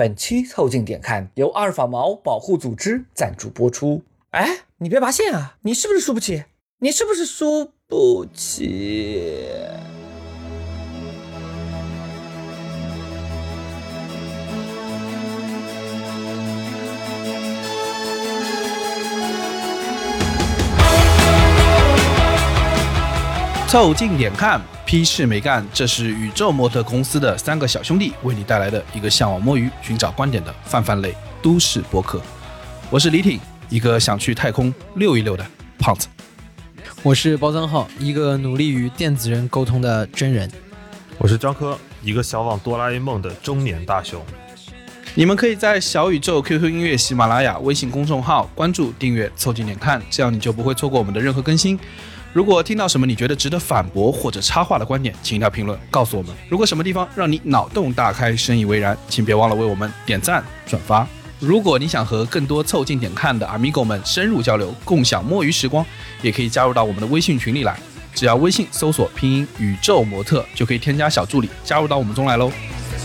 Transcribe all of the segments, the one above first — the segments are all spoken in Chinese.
本期凑近点看由阿尔法毛保护组织赞助播出。哎，你别拔线啊！你是不是输不起？你是不是输不起？ 凑近点看，屁事没干，这是宇宙模特公司的3个小兄弟为你带来的一个向往摸鱼、寻找观点的泛类都市播客。我是李挺，一个想去太空溜一溜的胖子。 我是包藏浩，一个努力与电子人沟通的真人。 我是张科，一个向往哆啦 A 梦的中年大雄。 你们可以在小宇宙、QQ 音乐、喜马拉雅、微信公众号关注、订阅、凑近点看，这样你就不会错过我们的任何更新。如果听到什么你觉得值得反驳或者插话的观点，请一条评论告诉我们。如果什么地方让你脑洞大开、深以为然，请别忘了为我们点赞、转发。如果你想和更多凑近点看的 Amigo 们深入交流，共享摸鱼时光，也可以加入到我们的微信群里来。只要微信搜索拼音宇宙模特，就可以添加小助理加入到我们中来喽。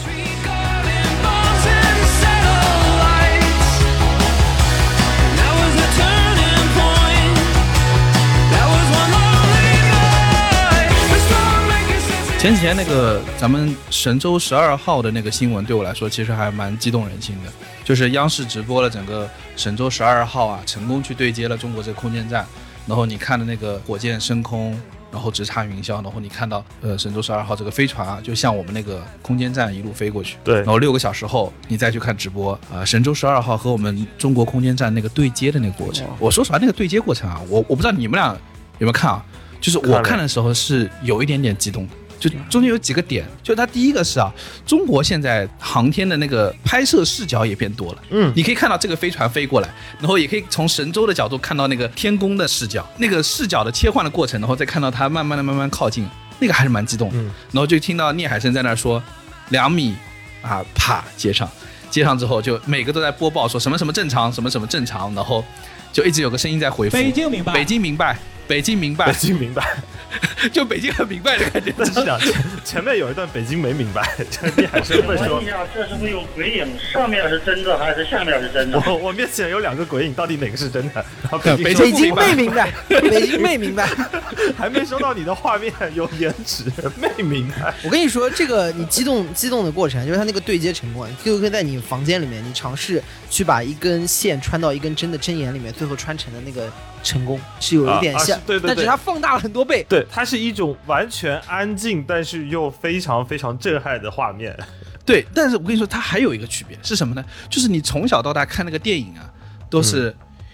前几天那个咱们神舟12号的那个新闻对我来说其实还蛮激动人心的，就是央视直播了整个神舟12号啊，成功去对接了中国这个空间站，然后你看的那个火箭升空，然后直插云霄，然后你看到神舟12号这个飞船啊，就向我们那个空间站一路飞过去， 对， 然后6个小时后你再去看直播神舟12号和我们中国空间站那个对接的那个过程，我说实话那个对接过程啊，我不知道你们俩有没有看啊，就是我看的时候是有一点点激动的。就中间有几个点，就它第一个是中国现在航天的那个拍摄视角也变多了，你可以看到这个飞船飞过来，然后也可以从神舟的角度看到那个天宫的视角，那个视角的切换的过程，然后再看到它慢慢靠近，那个还是蛮激动的。然后就听到聂海生在那说2米啊，啪接上之后，就每个都在播报说什么什么正常，什么什么正常，然后就一直有个声音在回复北京明白， 北京明白，北京明白， 北京明白。 就北京很明白的感觉。 但是前面有一段北京没明白，你还是会说。 问一下，这是会有鬼影，上面是真的还是下面是真的？ 我面前有2个鬼影，到底哪个是真的？ 北京没明白，北京没明白， 还没收到你的画面，有延迟，没明白。 我跟你说，这个你激动的过程，就是它那个对接成功，就可以在你房间里面，你尝试去把一根线穿到一根针的针眼里面，最后穿成的那个成功是有一点像， 对， 但是它放大了很多倍。 对，它是一种完全安静，但是又非常非常震撼的画面。 对，但是我跟你说，它还有一个区别是什么呢？就是你从小到大看那个电影啊，都是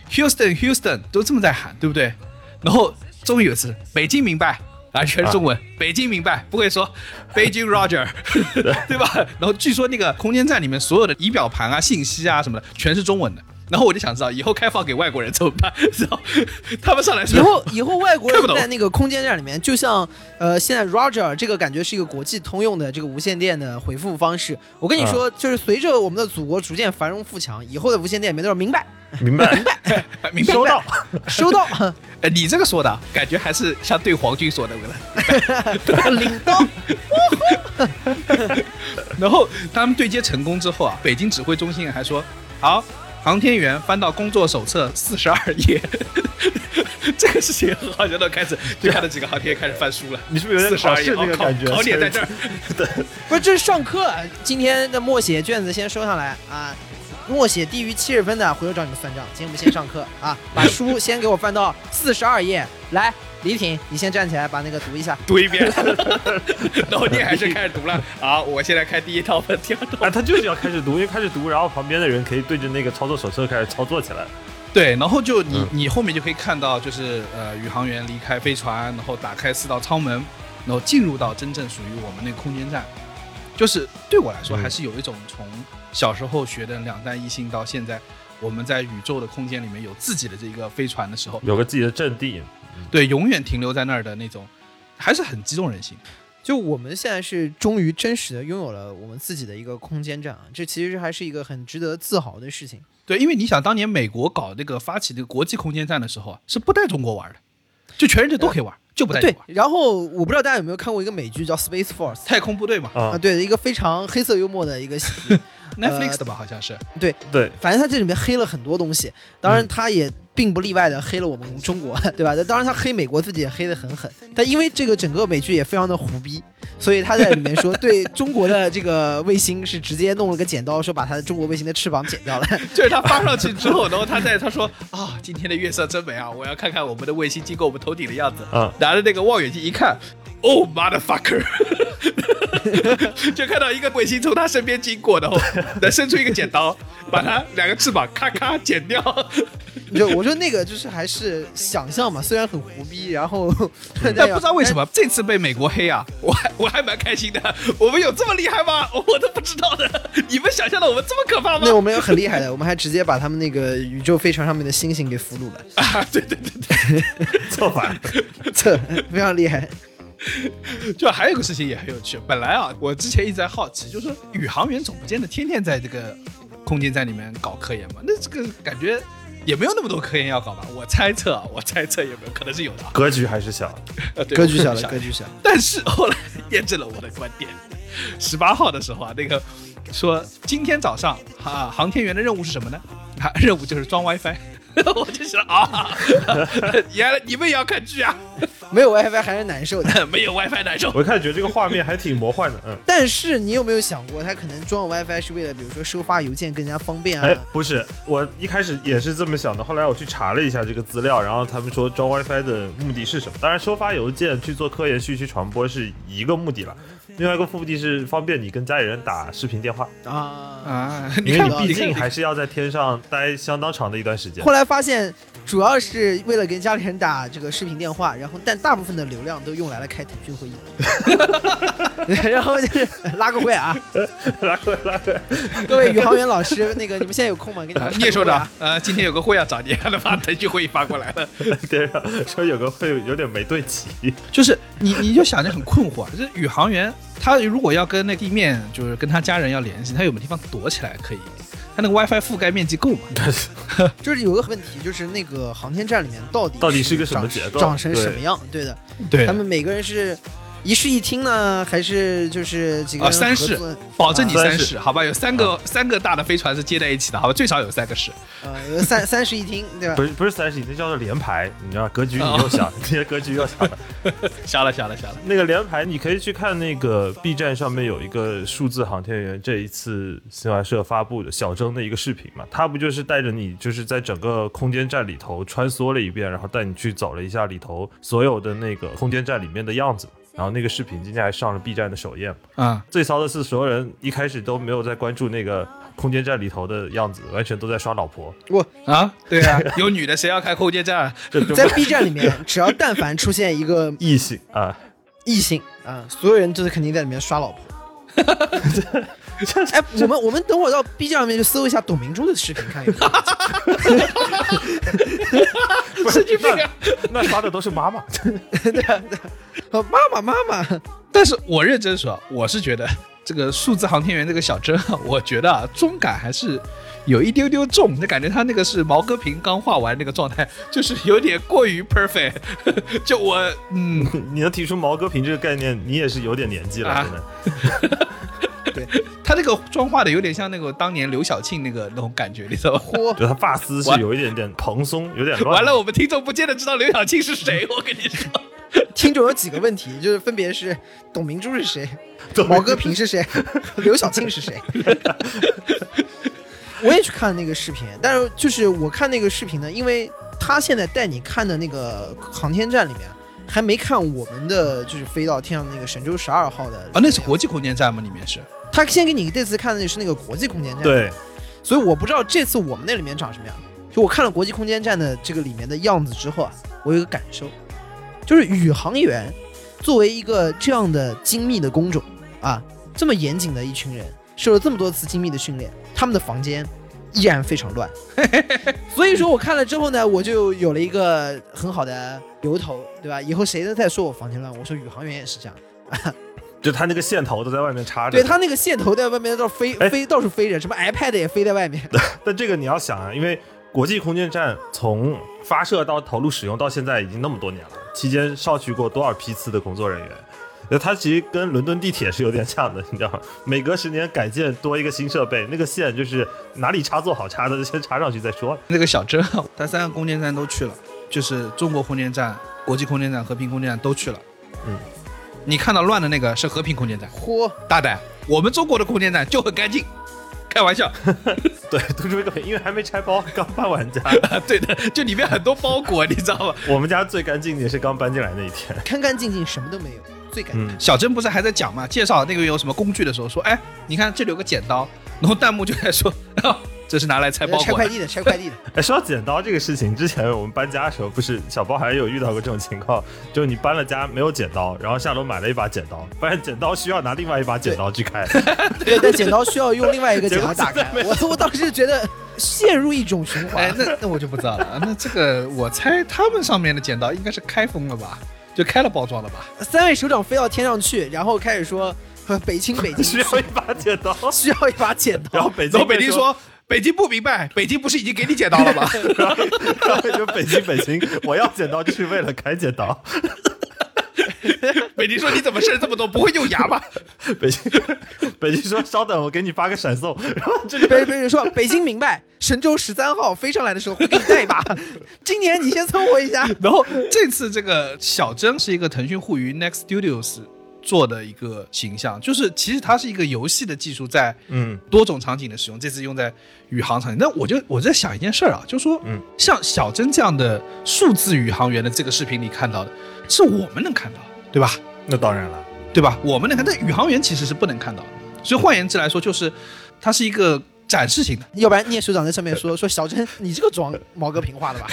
Houston 都这么在喊，对不对？然后终于有一次，北京明白。全是中文，北京明白，不会说北京 Roger 对吧？然后据说那个空间站里面所有的仪表盘啊、信息啊什么的全是中文的。然后我就想知道，以后开放给外国人怎么办？然后他们上来说， 以后外国人在那个空间站里面，就像现在 Roger 这个感觉是一个国际通用的这个无线电的回复方式。我跟你说，就是随着我们的祖国逐渐繁荣富强，以后的无线电里面都是明白，收到。 你这个说的感觉还是像对皇军说的， 领导。 然后他们对接成功之后啊，北京指挥中心还说好。航天员翻到工作手册42页，这个事情很好笑，都开始对他的几个航天员开始翻书了。 你是不是有点考试那个感觉？ 考点在这儿， 对， 不是这是上课。今天的默写卷子先收上来啊，默写低于70分的回头找你们算账。今天我们先上课啊，把书先给我翻到42页来。李挺，你先站起来把那个读一下， 读一遍，然后你还是开始读了啊！我现在开第1套分，第2套。 他就是要开始读，因为开始读，然后旁边的人可以对着那个操作手册开始操作起来。 对，然后就你后面就可以看到，就是宇航员离开飞船，然后打开4道舱门，然后进入到真正属于我们那个空间站。就是对我来说，还是有一种从小时候学的2弹1星到现在，我们在宇宙的空间里面有自己的这个飞船的时候， 有个自己的阵地。 对，永远停留在那儿的那种，还是很激动人心。 就我们现在是终于真实的拥有了我们自己的一个空间站，这其实还是一个很值得自豪的事情。 对，因为你想，当年美国搞那个发起这个国际空间站的时候是不带中国玩的，就全世界都可以玩，就不带中国玩。 对，然后我不知道大家有没有看过一个美剧叫《Space Force》 太空部队嘛？ 对，一个非常黑色幽默的一个喜剧。 Netflix 的吧，好像是。 对，反正他这里面黑了很多东西，当然他也并不例外的黑了我们中国，对吧？当然他黑美国自己也黑得很狠，但因为这个整个美剧也非常的胡逼，所以他在里面说对中国的这个卫星是直接弄了个剪刀，说把他的中国卫星的翅膀剪掉了。 就是他发上去之后，然后他说啊，今天的月色真美啊，我要看看我们的卫星经过我们头顶的样子。拿着那个望远镜一看，Oh motherfucker！ 就看到一个卫星从他身边经过，然后能伸出一个剪刀，把他2个翅膀咔咔剪掉。 我说那个就是还是想象嘛，虽然很胡逼，然后但不知道为什么这次被美国黑啊，我还蛮开心的。我们有这么厉害吗？我都不知道的。你们想象的我们这么可怕吗？ 那我们有很厉害的，我们还直接把他们那个宇宙飞船上面的星星给俘虏了啊！对， 造反， 这非常厉害。 就还有个事情也很有趣，本来啊，我之前一直在好奇，就是说宇航员总不见得天天在这个空间站里面搞科研嘛，那这个感觉也没有那么多科研要搞吧？我猜测有没有可能是有的， 格局还是小， 格局小。 但是后来验证了我的观点，18号的时候啊，那个说今天早上航天员的任务是什么呢？任务就是装 WiFi。我就想啊，原来你们也要看剧啊？ 没有 WiFi 还是难受的， 没有 WiFi 难受。 我一开始觉得这个画面还挺魔幻的， 但是你有没有想过，他可能装 WiFi 是为了，比如说收发邮件更加方便啊？ 哎，不是，我一开始也是这么想的，后来我去查了一下这个资料，然后他们说装 WiFi 的目的是什么？当然，收发邮件去做科研信息传播是一个目的了。另外一个目的是方便你跟家里人打视频电话因为你毕竟还是要在天上待相当长的一段时间。 后来发现主要是为了跟家里人打这个视频电话，然后但大部分的流量都用来了开腾讯会议然后就是拉个会啊， 拉会。 各位宇航员老师，那个你们现在有空吗？给你们聂首长，今天有个会要找你，还能把腾讯会议发过来了。 对，说有个会有点没对齐， 就是你就想着很困惑，就是宇航员他如果要跟那地面，就是跟他家人要联系，他有没有地方躲起来可以？他那个 WiFi 覆盖面积够吗？ 就是有个问题，就是那个航天站里面到底是个什么结构， 长成什么样？对的， 对， 他们每个人是一室一厅呢，还是就是几个人 3室，保证你3室，好吧？有三个大的飞船是接在一起的，好吧？最少有3个室。 三室一厅，对吧？ 不是3室一厅，叫做联排，你知道格局你又小，你的格局又小了， 小了。 那个联排，你可以去看那个 B 站上面有一个数字航天员这一次新华社发布的小征的一个视频嘛，他不就是带着你就是在整个空间站里头穿梭了一遍，然后带你去走了一下里头所有的那个空间站里面的样子。然后那个视频今天还上了 B 站的首页最骚的是所有人一开始都没有在关注那个空间站里头的样子，完全都在刷老婆。 对啊，有女的谁要开空间站？ 在 B 站里面，只要但凡出现一个异性所有人就是肯定在里面刷老婆。哎，我们等会儿到 B 站上面就搜一下董明珠的视频看一看。 不是那刷的都是妈妈。 对，妈妈。 但是我认真说，我是觉得这个数字航天员这个小征，我觉得中感还是有一丢丢重，就感觉他那个是毛戈平刚画完那个状态，就是有点过于 perfect。就你能提出毛戈平这个概念，你也是有点年纪了，真的。 对，他那个妆化的有点像那个当年刘晓庆那种感觉，你知道吗？ 就他发丝是有一点点蓬松，有点乱。 完了，我们听众不见得知道刘晓庆是谁，我跟你说。 听众有几个问题，就是分别是董明珠是谁，毛戈平是谁，刘晓庆是谁。我也去看那个视频，但是就是我看那个视频呢，因为他现在带你看的那个航天站里面还没看我们的就是飞到天上的那个神舟12号的那是国际空间站吗？里面是他先给你这次看的是那个国际空间站， 对， 所以我不知道这次我们那里面长什么样。就我看了国际空间站的这个里面的样子之后我有一个感受，就是宇航员作为一个这样的精密的工种这么严谨的一群人，受了这么多次精密的训练，他们的房间依然非常乱。所以说我看了之后呢，我就有了一个很好的由头，对吧？以后谁再说我房间乱，我说宇航员也是这样。 就他那个线头都在外面插着， 对，他那个线头在外面到处飞着，什么 iPad 也飞在外面。 但这个你要想因为国际空间站从发射到投入使用到现在已经那么多年了，期间上去过多少批次的工作人员， 它其实跟伦敦地铁是有点像的，你知道吗？每隔10年改建多一个新设备，那个线就是哪里插座好插的，先插上去再说。 那个小珍，他3个空间站都去了，就是中国空间站、国际空间站、和平空间站都去了。你看到乱的那个是和平空间站。 嚯， 大胆，我们中国的空间站就很干净。开玩笑， 对，突出一个因为还没拆包，刚搬完家。 对的，就里面很多包裹，你知道吗？ 我们家最干净的也是刚搬进来那一天， 干干净净，什么都没有，最干净。 小珍不是还在讲嘛，介绍那个有什么工具的时候说，哎，你看这里有个剪刀，然后弹幕就在说，这是拿来拆包裹、 拆快递的，拆快递的。 哎，说到剪刀这个事情，之前我们搬家的时候，不是小包还有遇到过这种情况，就是你搬了家没有剪刀，然后下楼买了一把剪刀，发现剪刀需要拿另外一把剪刀去开。 对，但剪刀需要用另外一个剪刀打开。我当时觉得陷入一种循环。 哎，那我就不知道了。那这个我猜他们上面的剪刀应该是开封了吧，就开了包装了吧。 3位首长飞到天上去，然后开始说北京需要一把剪刀， 需要一把剪刀。 然后北京说。北京不明白，北京不是已经给你剪刀了吗？ 然后就北京，我要剪刀就是为了开剪刀。 北京说你怎么事儿这么多，不会用牙吧？ 北京说稍等，我给你发个闪送。然后这北京说北京明白，神舟13号飞上来的时候会给你带一把，今年你先凑合一下。 然后这次这个小珍是一个腾讯互娱 Next Studios。做的一个形象，就是其实它是一个游戏的技术在多种场景的使用，这次用在宇航场景。那我在想一件事啊，就是说，像小珍这样的数字宇航员的这个视频里看到的，是我们能看到，对吧？ 那当然了， 对吧？我们能看，但宇航员其实是不能看到的。所以换言之来说，就是它是一个展示型的。 要不然聂首长在上面说小珍，你这个妆毛哥平画的吧？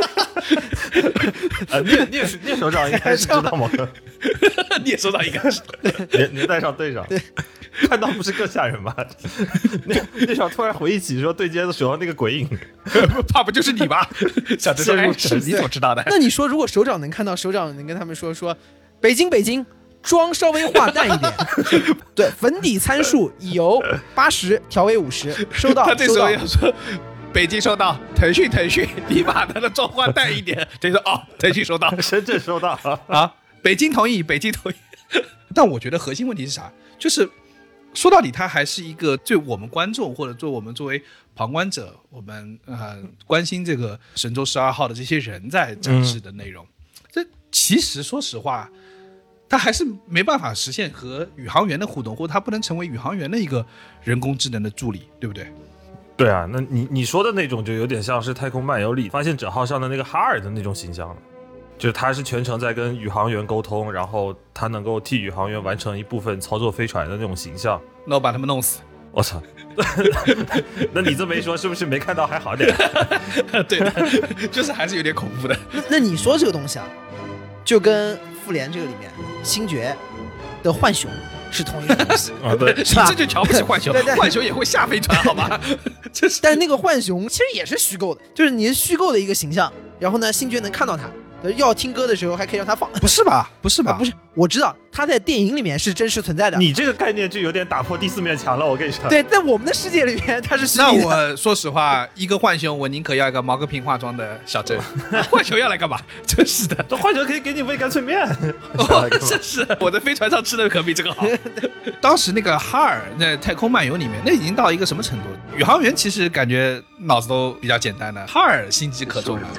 聂首长应该是知道毛哥。 聂首长应该是年代上对上，看到不是更吓人吗？那时候突然回忆起说对接的时候那个鬼影， 怕不就是你吧？小珍说，你怎么知道的？ 那你说如果首长能看到，首长能跟他们说北京，妆稍微化淡一点，对，粉底参数已由80调为50，收到。 他这时候要说。北京收到，腾讯，你把他的妆化淡一点。这说腾讯收到， 深圳收到啊，北京同意。但我觉得核心问题是啥？就是说到底，它还是一个对我们观众或者我们作为旁观者，我们关心这个神舟12号的这些人在展示的内容。这其实说实话，它还是没办法实现和宇航员的互动，或者它不能成为宇航员的一个人工智能的助理，对不对？ 对啊，那你说的那种就有点像是《太空漫游》里发现者号上的那个哈尔的那种形象了，就是他是全程在跟宇航员沟通，然后他能够替宇航员完成一部分操作飞船的那种形象。 那我把他们弄死。 我操！那你这么一说，是不是没看到还好点？ 对的，就是还是有点恐怖的。 那你说这个东西啊，就跟复联这个里面星爵的浣熊是同一个东西啊，对， 你这就瞧不起浣熊，浣熊也会下飞船，好吗？ 但是那个浣熊其实也是虚构的，就是你是虚构的一个形象，然后呢，星爵能看到它，要听歌的时候还可以让它放。 不是吧？ 不是，我知道它在电影里面是真实存在的。 你这个概念就有点打破第4面墙了，我跟你说。 对，在我们的世界里面它是虚拟的。 那我说实话，一个浣熊，我宁可要一个毛个平化妆的小珍。浣熊要来干嘛？真是的， 这浣熊可以给你喂干脆面。 真是，我在飞船上吃的可比这个好。当时那个哈尔在太空漫游里面，那已经到一个什么程度了？宇航员其实感觉脑子都比较简单的，哈尔心机可重了。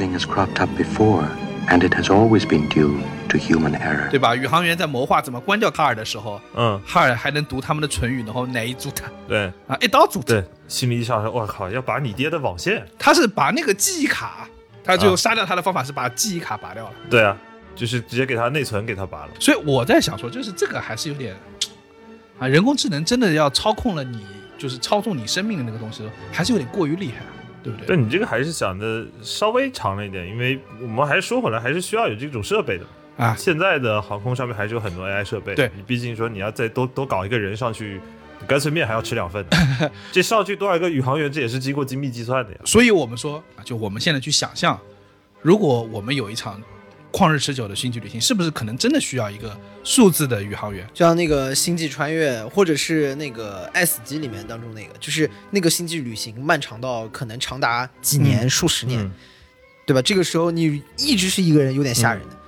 And it has always been due to human error， 对吧？宇航员在谋划怎么关掉哈尔的时候，哈尔还能读他们的唇语，然后哪一组他， 对啊，一刀组， 对，心里想说，我靠，要把你爹的网线， 他是把那个记忆卡，他最后杀掉他的方法是把记忆卡拔掉了， 对啊，就是直接给他内存给他拔了。 所以我在想说，就是这个还是有点啊，人工智能真的要操控了你，就是操纵你生命的那个东西，还是有点过于厉害啊。对不对？ 但你这个还是想的稍微长了一点，因为我们还是说回来，还是需要有这种设备的啊。 现在的航空上面还是有很多 AI 设备， 对， 你毕竟说你要再多搞一个人上去，干脆面还要吃2份，这上去多少个宇航员，这也是经过精密计算的呀。 所以我们说，就我们现在去想象，如果我们有一场旷日持久的星际旅行，是不是可能真的需要一个数字的宇航员？ 就像那个星际穿越，或者是那个《爱死机》里面当中那个，就是那个星际旅行漫长到可能长达几年、数十年，对吧？这个时候你一直是一个人，有点吓人的。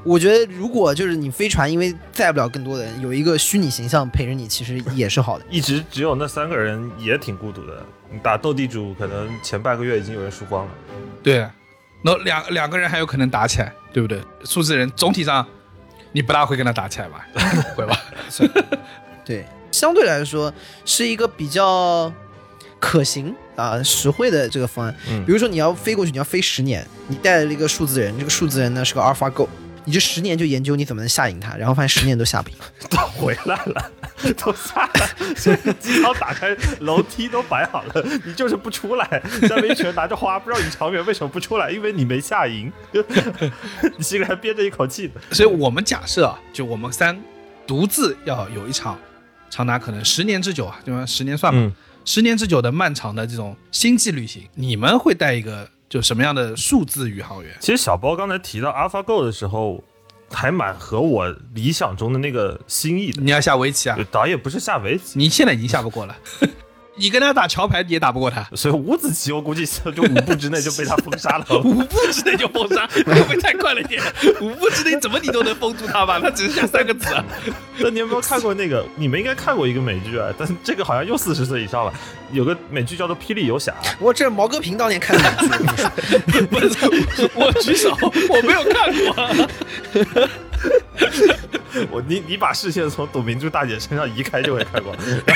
我觉得如果就是你飞船因为载不了更多的人，有一个虚拟形象陪着你，其实也是好的。 一直只有那3个人也挺孤独的。你打斗地主可能前半个月已经有人输光了。 对，那两个人还有可能打起来，对不对？数字人总体上你不大会跟他打起来吧？会吧？ 对，相对来说是一个比较可行实惠的这个方案。比如说你要飞过去，你要飞10年，你带了一个数字人，这个数字人呢是个 AlphaGo， 你这10年就研究你怎么能下赢他，然后发现10年都下不赢， 都回来了，都下了，机舱打开，楼梯都摆好了，你就是不出来。下面一群人拿着花，不知道你长远为什么不出来，因为你没下赢，你心里还憋着一口气。 所以我们假设就我们3独自要有一场长达可能10年之久对吧？10年算吧，10年之久的漫长的这种星际旅行，你们会带一个就什么样的数字宇航员？ 其实小包刚才提到 AlphaGo 的时候，还蛮合我理想中的那个心意的。 你要下围棋啊？ 倒也不是下围棋， 你现在已经下不过了。你跟他打桥牌，你也打不过他。 所以五子棋我估计就5步之内就被他封杀了。 5步之内就封杀，会不会太快了一点？5步之内怎么你都能封住他吧？他只是下3个子啊。 那你有没有看过那个？你们应该看过一个美剧啊，但是这个好像又40岁以上了。有个美剧叫做《霹雳游侠》。 我这毛戈平当年看的美剧， 不是我举手，我没有看过。 你把视线从董明珠大姐身上移开就会看过。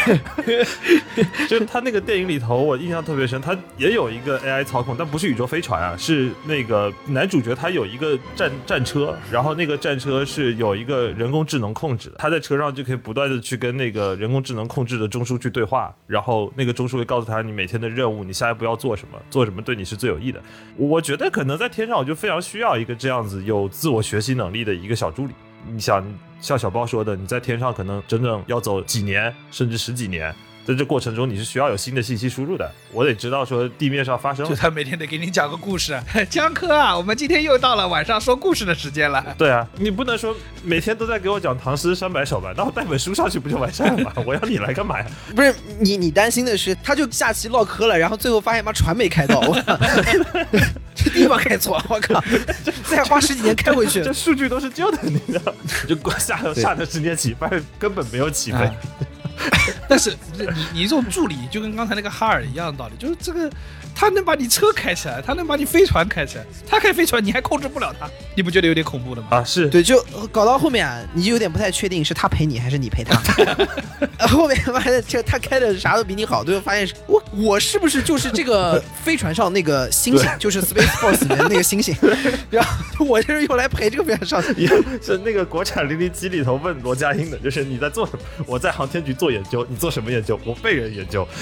就是他那个电影里头，我印象特别深，他也有一个 AI 操控，但不是宇宙飞船啊，是那个男主角他有一个战车，然后那个战车是有一个人工智能控制的，他在车上就可以不断的去跟那个人工智能控制的中枢去对话，然后那个中枢会告诉他你每天的任务，你下一步要做什么，做什么对你是最有益的。我觉得可能在天上我就非常需要一个这样子有自我学习能力的一个小助理。你想像小包说的，你在天上可能整整要走几年甚至10几年，在这过程中你是需要有新的信息输入的，我得知道说地面上发生了， 就他每天得给你讲个故事。江科啊，我们今天又到了晚上说故事的时间了。 对啊，你不能说每天都在给我讲唐诗300首吧，那我带本书上去不就完事了吗？我要你来干嘛呀？ 不是你担心的是他就下棋唠嗑了，然后最后发现船没开到，我靠，这地方开错了，我靠，再花10几年开回去， 这数据都是旧的，你知道，就下的10年起，发现根本没有起飞。 但是你这种助理就跟刚才那个哈尔一样的道理，就是这个他能把你车开起来，他能把你飞船开起来，他开飞船你还控制不了他，你不觉得有点恐怖的吗？ 啊，是对，就搞到后面你就有点不太确定是他陪你还是你陪他。后面发现这他开的啥都比你好，最后发现是我是不是就是这个飞船上那个星星，就是 Space Force 里面那个星星，然后我就是用来陪这个飞船上去。 是那个国产007里头问罗家英的，就是你在做什么？我在航天局做研究，你做什么研究？我被人研究。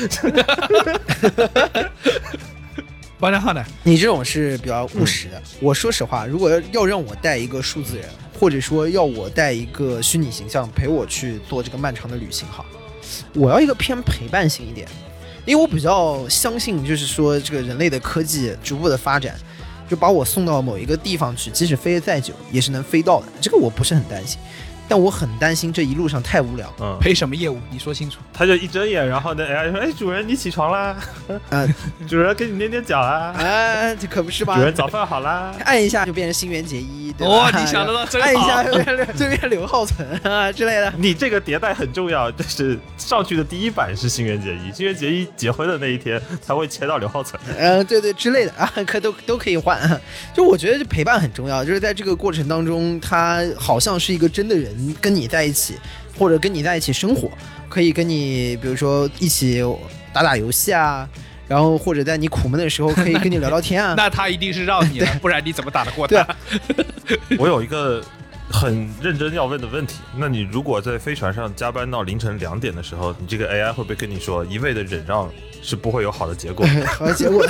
王良浩呢？ 你这种是比较务实的。我说实话，如果要让我带一个数字人，或者说要我带一个虚拟形象陪我去做这个漫长的旅行，我要一个偏陪伴型一点，因为我比较相信，就是说这个人类的科技逐步的发展，就把我送到某一个地方去，即使飞得再久，也是能飞到的。这个我不是很担心。但我很担心这一路上太无聊。 陪什么业务？你说清楚。 他就一睁眼，然后呢 AI 说：“哎，主人你起床啦！主人给你捏捏脚啊！ 这可不是吧？ 主人早饭好啦！ 按一下就变成新垣结衣，对吧？ 哦，你想得到真好。 按一下就变刘浩存啊之类的。 你这个迭代很重要，就是上去的第一版是新垣结衣，新垣结衣结婚的那一天才会切到刘浩存。 对之类的啊，都可以换。就我觉得陪伴很重要，就是在这个过程当中，他好像是一个真的人。跟你在一起，或者跟你在一起生活，可以跟你比如说一起打游戏啊，然后或者在你苦闷的时候可以跟你聊聊天啊。 那他一定是让你的，不然你怎么打得过他？ 我有一个很认真要问的问题，那你如果在飞船上加班到凌晨2点的时候，你这个 AI 会不会跟你说，一味的忍让是不会有好的结果？ 好的结果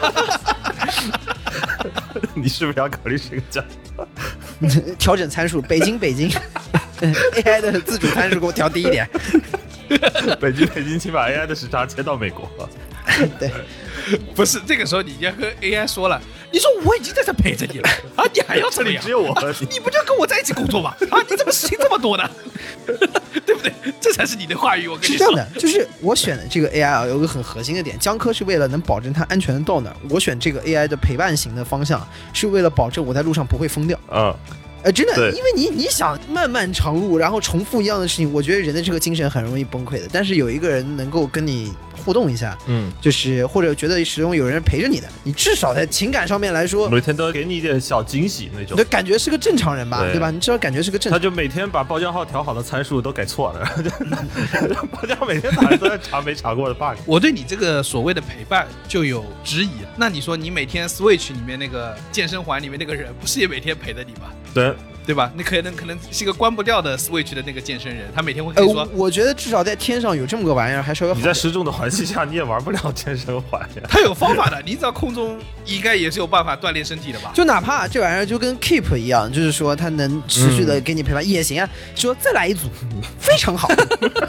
你是不是要考虑这个角度？ 调整参数，北京AI 的自主参数给我调低一点。 北京，请把 AI 的时差切到美国。 对， 不是这个时候你要和 AI 说了，你说我已经在这陪着你了啊，你还要这样？ 只有我和你不就跟我在一起工作吗？啊，你怎么事情这么多呢？对不对？这才是你的话语。我跟你说， 是这样的，就是我选的这个 AI 啊，有一个很核心的点，江科是为了能保证它安全的到哪儿，我选这个 AI 的陪伴型的方向，是为了保证我在路上不会疯掉。 真的， 对因为你想漫漫长路，然后重复一样的事情，我觉得人的这个精神很容易崩溃的。但是有一个人能够跟你互动一下，就是或者觉得始终有人陪着你的，你至少在情感上面来说， 每天都给你一点小惊喜那种， 你的感觉是个正常人吧， 对对吧？你至少感觉是个正常人。 他就每天把包浆号调好的参数都改错了，然后就包浆每天打人都在查没查过的 bug。 我对你这个所谓的陪伴就有质疑。那你说你每天 Switch 里面那个健身环里面那个人，不是也每天陪着你吗？对吧？你可能是一个关不掉的 Switch 的那个健身人，他每天会跟你说。 我觉得至少在天上有这么个玩意儿，还稍微好。 你在失重的环境下，你也玩不了健身环呀。 他有方法的，你只要空中应该也是有办法锻炼身体的吧？ 就哪怕这玩意儿就跟 Keep 一样，就是说它能持续的给你陪伴、也行啊。说再来一组，非常好，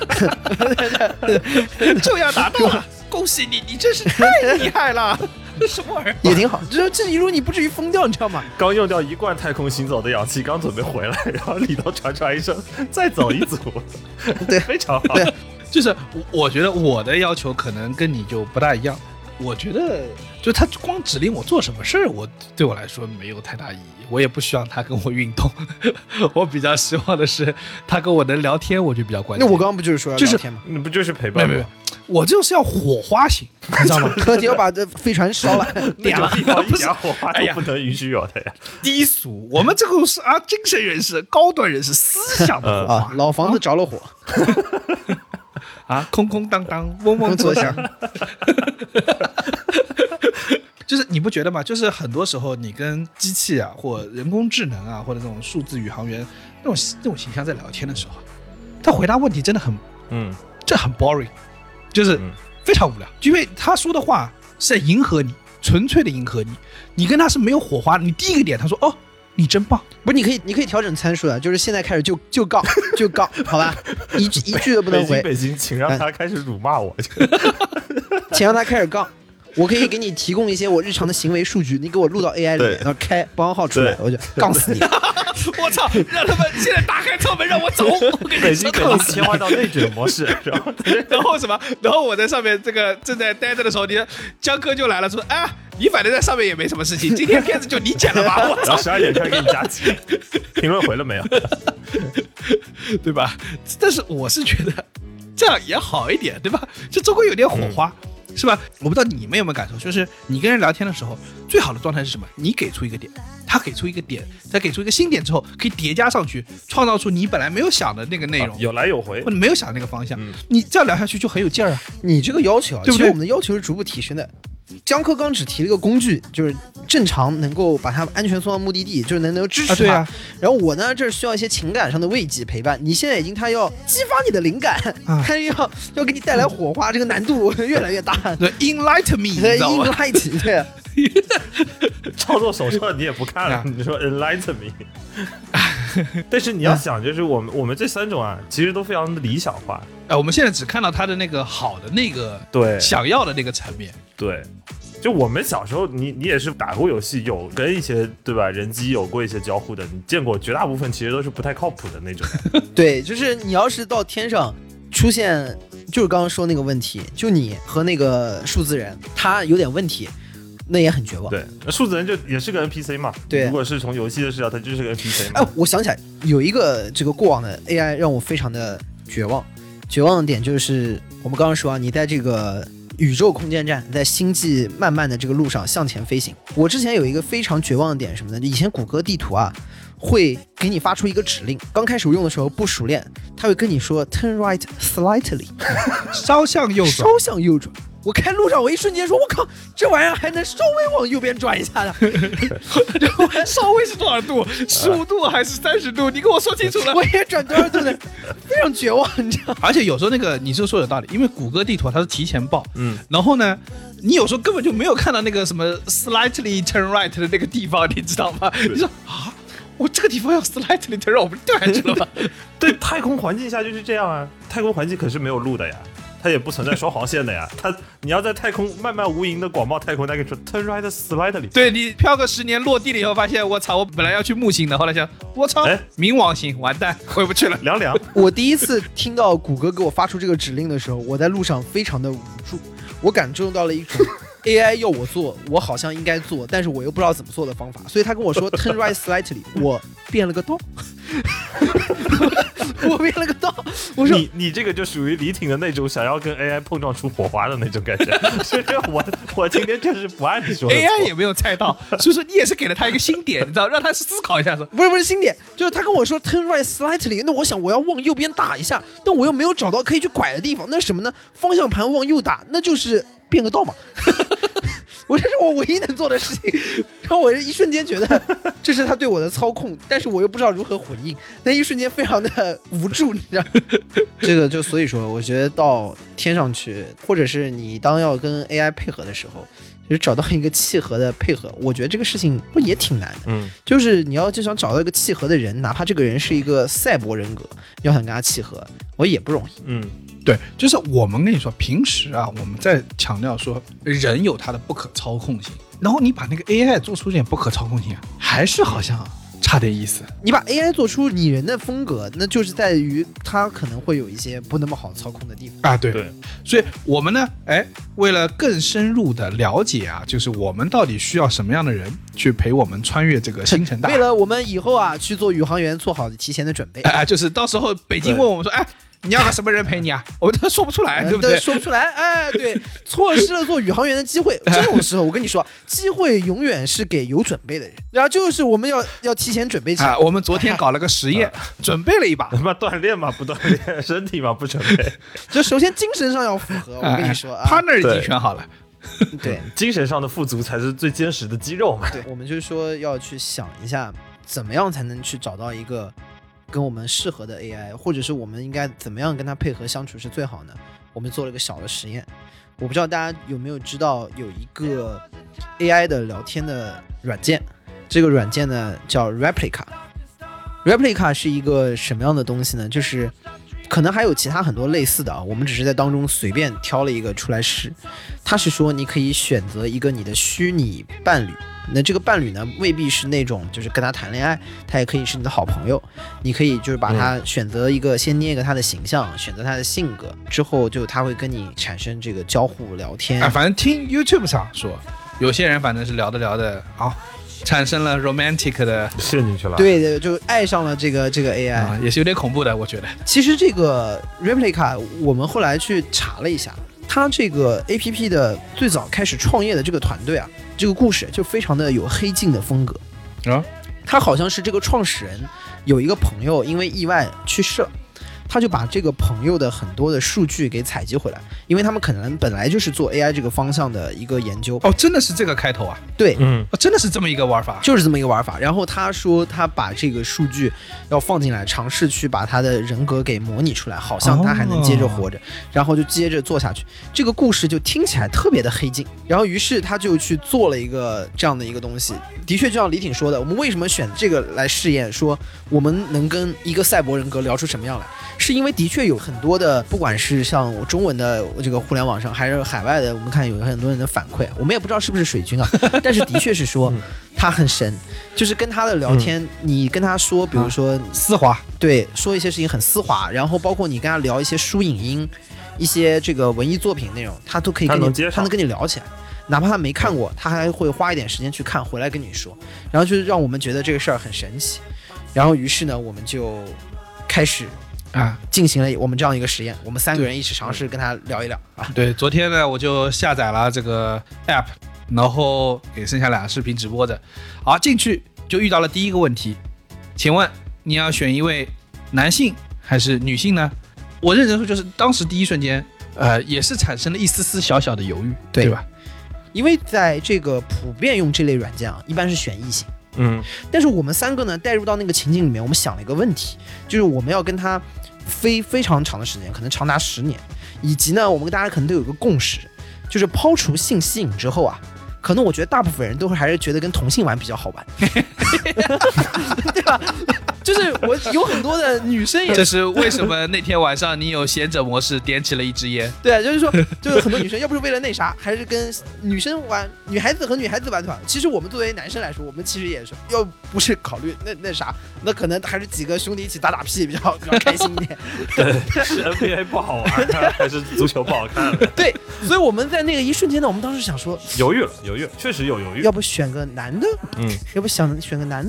就要达到了，恭喜你，你真是太厉害了。什么玩意儿也挺好，这一路你不至于疯掉，你知道吗？ 刚用掉1罐太空行走的氧气，刚准备回来，然后里头传出来一声再走一组， 对， 非常好。 对， 就是我觉得我的要求可能跟你就不大一样。我觉得就他光指令我做什么事儿，对我来说没有太大意义。我也不希望他跟我运动，我比较希望的是他跟我能聊天，我就比较关键。 那我刚刚不就是说要聊天吗？ 那不就是陪伴吗？ 没有，我就是要火花型，你知道吗？ 特地要把这飞船烧了， 点了，一点火花都不能允许有的呀。 低俗，我们这个是精神人士、高端人士思想的火花。 老房子着了火。 空空荡荡，嗡嗡作响。就是你不觉得吗？就是很多时候你跟机器啊，或人工智能啊，或者这种数字宇航员那种形象在聊天的时候，他回答问题真的很，这很 boring， 就是非常无聊，因为他说的话是在迎合你，纯粹的迎合你，你跟他是没有火花的。你第一个点，他说哦，你真棒， 不是你可以调整参数的，就是现在开始就告，好吧，一句都不能回。 北京，请让他开始辱骂我， 请让他开始告。我可以给你提供一些我日常的行为数据，你给我录到 AI 里面，然后开包装号出来，我就杠死你！ 我操，让他们现在打开车门让我走！ 北京切换到内卷模式， 然后什么？然后我在上面这个正在待着的时候，江哥就来了，说：“哎，你反正在上面也没什么事情，今天片子就你剪了吧？”我操！ 然后12点开始给你加急，评论回了没有？ 对吧？但是我是觉得这样也好一点，对吧？就总归有点火花。是吧？我不知道你们有没有感受，就是你跟人聊天的时候，最好的状态是什么？你给出一个点，他给出一个点，再给出一个新点之后，可以叠加上去，创造出你本来没有想的那个内容， 有来有回， 或者没有想的那个方向。你这样聊下去就很有劲儿啊！ 你这个要求啊， 对不对？ 其实我们的要求是逐步提升的。江科刚只提了一个工具，就是正常能够把它安全送到目的地，就是能够支持它。 对啊。 然后我呢，这需要一些情感上的慰藉陪伴。你现在已经他要激发你的灵感，他要给你带来火花，这个难度越来越大。 对 ，enlighten me， 你知道吗 ？enlighten， 对。 操作手册你也不看了，你说 enlighten me。但是你要想，就是我们这3种啊，其实都非常的理想化。 我们现在只看到他的那个好的那个对想要的那个层面。 对，就我们小时候，你也是打过游戏，有跟一些对吧人机有过一些交互的，你见过绝大部分其实都是不太靠谱的那种。 对，就是你要是到天上出现，就是刚刚说那个问题，就你和那个数字人他有点问题。那也很绝望。 对，那数字人就也是个 NPC 嘛。 对， 如果是从游戏的视角，它就是个 NPC 嘛。 我想起来有一个这个过往的 AI 让我非常的绝望。绝望的点就是我们刚刚说啊，你在这个宇宙空间站，在星际漫漫的这个路上向前飞行。我之前有一个非常绝望的点什么呢？以前谷歌地图啊会给你发出一个指令，刚开始用的时候不熟练，他会跟你说 turn right slightly， 稍向右转， 稍向右转。我开路上，我一瞬间说：“我靠，这玩意儿还能稍微往右边转一下的？ 稍微是多少度？15度还是30度？你跟我说清楚了。 我也转多少度的，非常绝望，你知道？ 而且有时候那个你说有道理，因为谷歌地图它是提前报，然后呢，你有时候根本就没有看到那个什么 slightly turn right 的那个地方，你知道吗？你说啊，我这个地方要 slightly turn right， 我不是掉下去了吗？ 对，太空环境下就是这样啊，太空环境可是没有路的呀。它也不存在双黄线的呀，你要在太空漫漫无垠的广袤太空，他跟你说 turn right slightly， 对，你飘个10年落地了以后，发现我操，我本来要去木星的，后来想我操，冥王星完蛋，回不去了， 凉凉。 我第一次听到谷歌给我发出这个指令的时候，我在路上非常的无助，我感受到了一种 AI 要我做，我好像应该做，但是我又不知道怎么做的方法，所以他跟我说 turn right slightly， 变了个道。我变了个道，我说你这个就属于李挺的那种想要跟 AI 碰撞出火花的那种感觉。所以我今天就是不按你说的错。 AI 也没有猜到，所以说你也是给了他一个新点，你知道，让他思考一下说， 不是新点，就是他跟我说 turn right slightly， 那我想我要往右边打一下，但我又没有找到可以去拐的地方，那什么呢？方向盘往右打，那就是变个道嘛。这是我唯一能做的事情，然后我一瞬间觉得这是他对我的操控，但是我又不知道如何回应，那一瞬间非常的无助，你知道？这个就所以说，我觉得到天上去，或者是你当要跟 AI 配合的时候，就是找到一个契合的配合，我觉得这个事情也挺难的。就是你要就想找到一个契合的人，哪怕这个人是一个赛博人格，要想跟他契合，我也不容易。 对，就是我们跟你说，平时啊，我们在强调说人有他的不可操控性，然后你把那个 AI 做出点不可操控性，还是好像差点意思。 你把 AI 做出拟人的风格，那就是在于它可能会有一些不那么好操控的地方啊。对，所以我们呢，为了更深入的了解啊，就是我们到底需要什么样的人去陪我们穿越这个星辰大海， 为了我们以后啊去做宇航员做好提前的准备就是到时候北京问我们说，你要个什么人陪你啊？我们都说不出来，对不对？ 说不出来，对，错失了做宇航员的机会。这种时候，我跟你说，机会永远是给有准备的人。然后就是我们要提前准备起来。 我们昨天搞了个实验，准备了一把。 他妈锻炼嘛不锻炼，身体嘛不准备。 就首先精神上要符合，我跟你说 ，partner 已经选好了。 对， 精神上的富足才是最坚实的肌肉嘛。 对，我们就是说要去想一下，怎么样才能去找到一个跟我们适合的 AI， 或者是我们应该怎么样跟它配合相处是最好呢？我们做了一个小的实验，我不知道大家有没有知道有一个 AI 的聊天的软件，这个软件呢叫 Replica。Replica 是一个什么样的东西呢？就是可能还有其他很多类似的我们只是在当中随便挑了一个出来试。它是说你可以选择一个你的虚拟伴侣，那这个伴侣呢未必是那种就是跟他谈恋爱，他也可以是你的好朋友。你可以就是把他选择一个，先捏一个他的形象，选择他的性格，之后就他会跟你产生这个交互聊天。 反正听 YouTube 上说，有些人反正是聊着产生了 romantic 的陷进去了， 对，就爱上了这个 AI， 也是有点恐怖的，我觉得。 其实这个 Replica 我们后来去查了一下，它这个 APP 的最早开始创业的这个团队啊，这个故事就非常的有黑镜的风格啊。 他好像是这个创始人有一个朋友因为意外去世了，他就把这个朋友的很多的数据给采集回来，因为他们可能本来就是做 AI 这个方向的一个研究。 真的是这个开头啊？ 对， 真的是这么一个玩法， 就是这么一个玩法。然后他说他把这个数据要放进来，尝试去把他的人格给模拟出来，好像他还能接着活着，然后就接着做下去。这个故事就听起来特别的黑镜。然后于是他就去做了一个这样的一个东西。的确就像李挺说的，我们为什么选这个来试验，说我们能跟一个赛博人格聊出什么样来，是因为的确有很多的，不管是像我中文的这个互联网上还是海外的，我们看有很多人的反馈，我们也不知道是不是水军啊，但是的确是说他很神，就是跟他的聊天，你跟他说比如说丝滑， 对，说一些事情很丝滑，然后包括你跟他聊一些书影音，一些这个文艺作品内容，他都可以跟你，他能跟你聊起来，哪怕他没看过，他还会花一点时间去看，回来跟你说，然后就让我们觉得这个事儿很神奇。然后于是呢，我们就开始进行了我们这样一个实验，我们3个人一起尝试跟他聊一聊对，昨天呢我就下载了这个 app， 然后给剩下2个视频直播的。好，进去就遇到了第一个问题，请问你要选一位男性还是女性呢？我认真说，就是当时第一瞬间，也是产生了一丝丝小小的犹豫，对吧？ 因为在这个普遍用这类软件一般是选异性。但是我们3个呢带入到那个情景里面，我们想了一个问题，就是我们要跟他非常长的时间，可能长达10年，以及呢我们跟大家可能都有一个共识，就是抛除性吸引之后可能我觉得大部分人都会还是觉得跟同性玩比较好玩对吧？就是我有很多的女生也， 这是为什么那天晚上你有贤者模式点起了一支烟？ 对，就是说，就是很多女生要不是为了那啥，还是跟女生玩，女孩子和女孩子玩团。其实我们作为男生来说，我们其实也是，要不是考虑那啥，那可能还是几个兄弟一起打屁比较开心一点。 对，是 NBA 不好玩，还是足球不好看？ 对，所以我们在那个一瞬间呢，我们当时想说， 犹豫了，确实有犹豫， 要不选个男的，要不选个男的。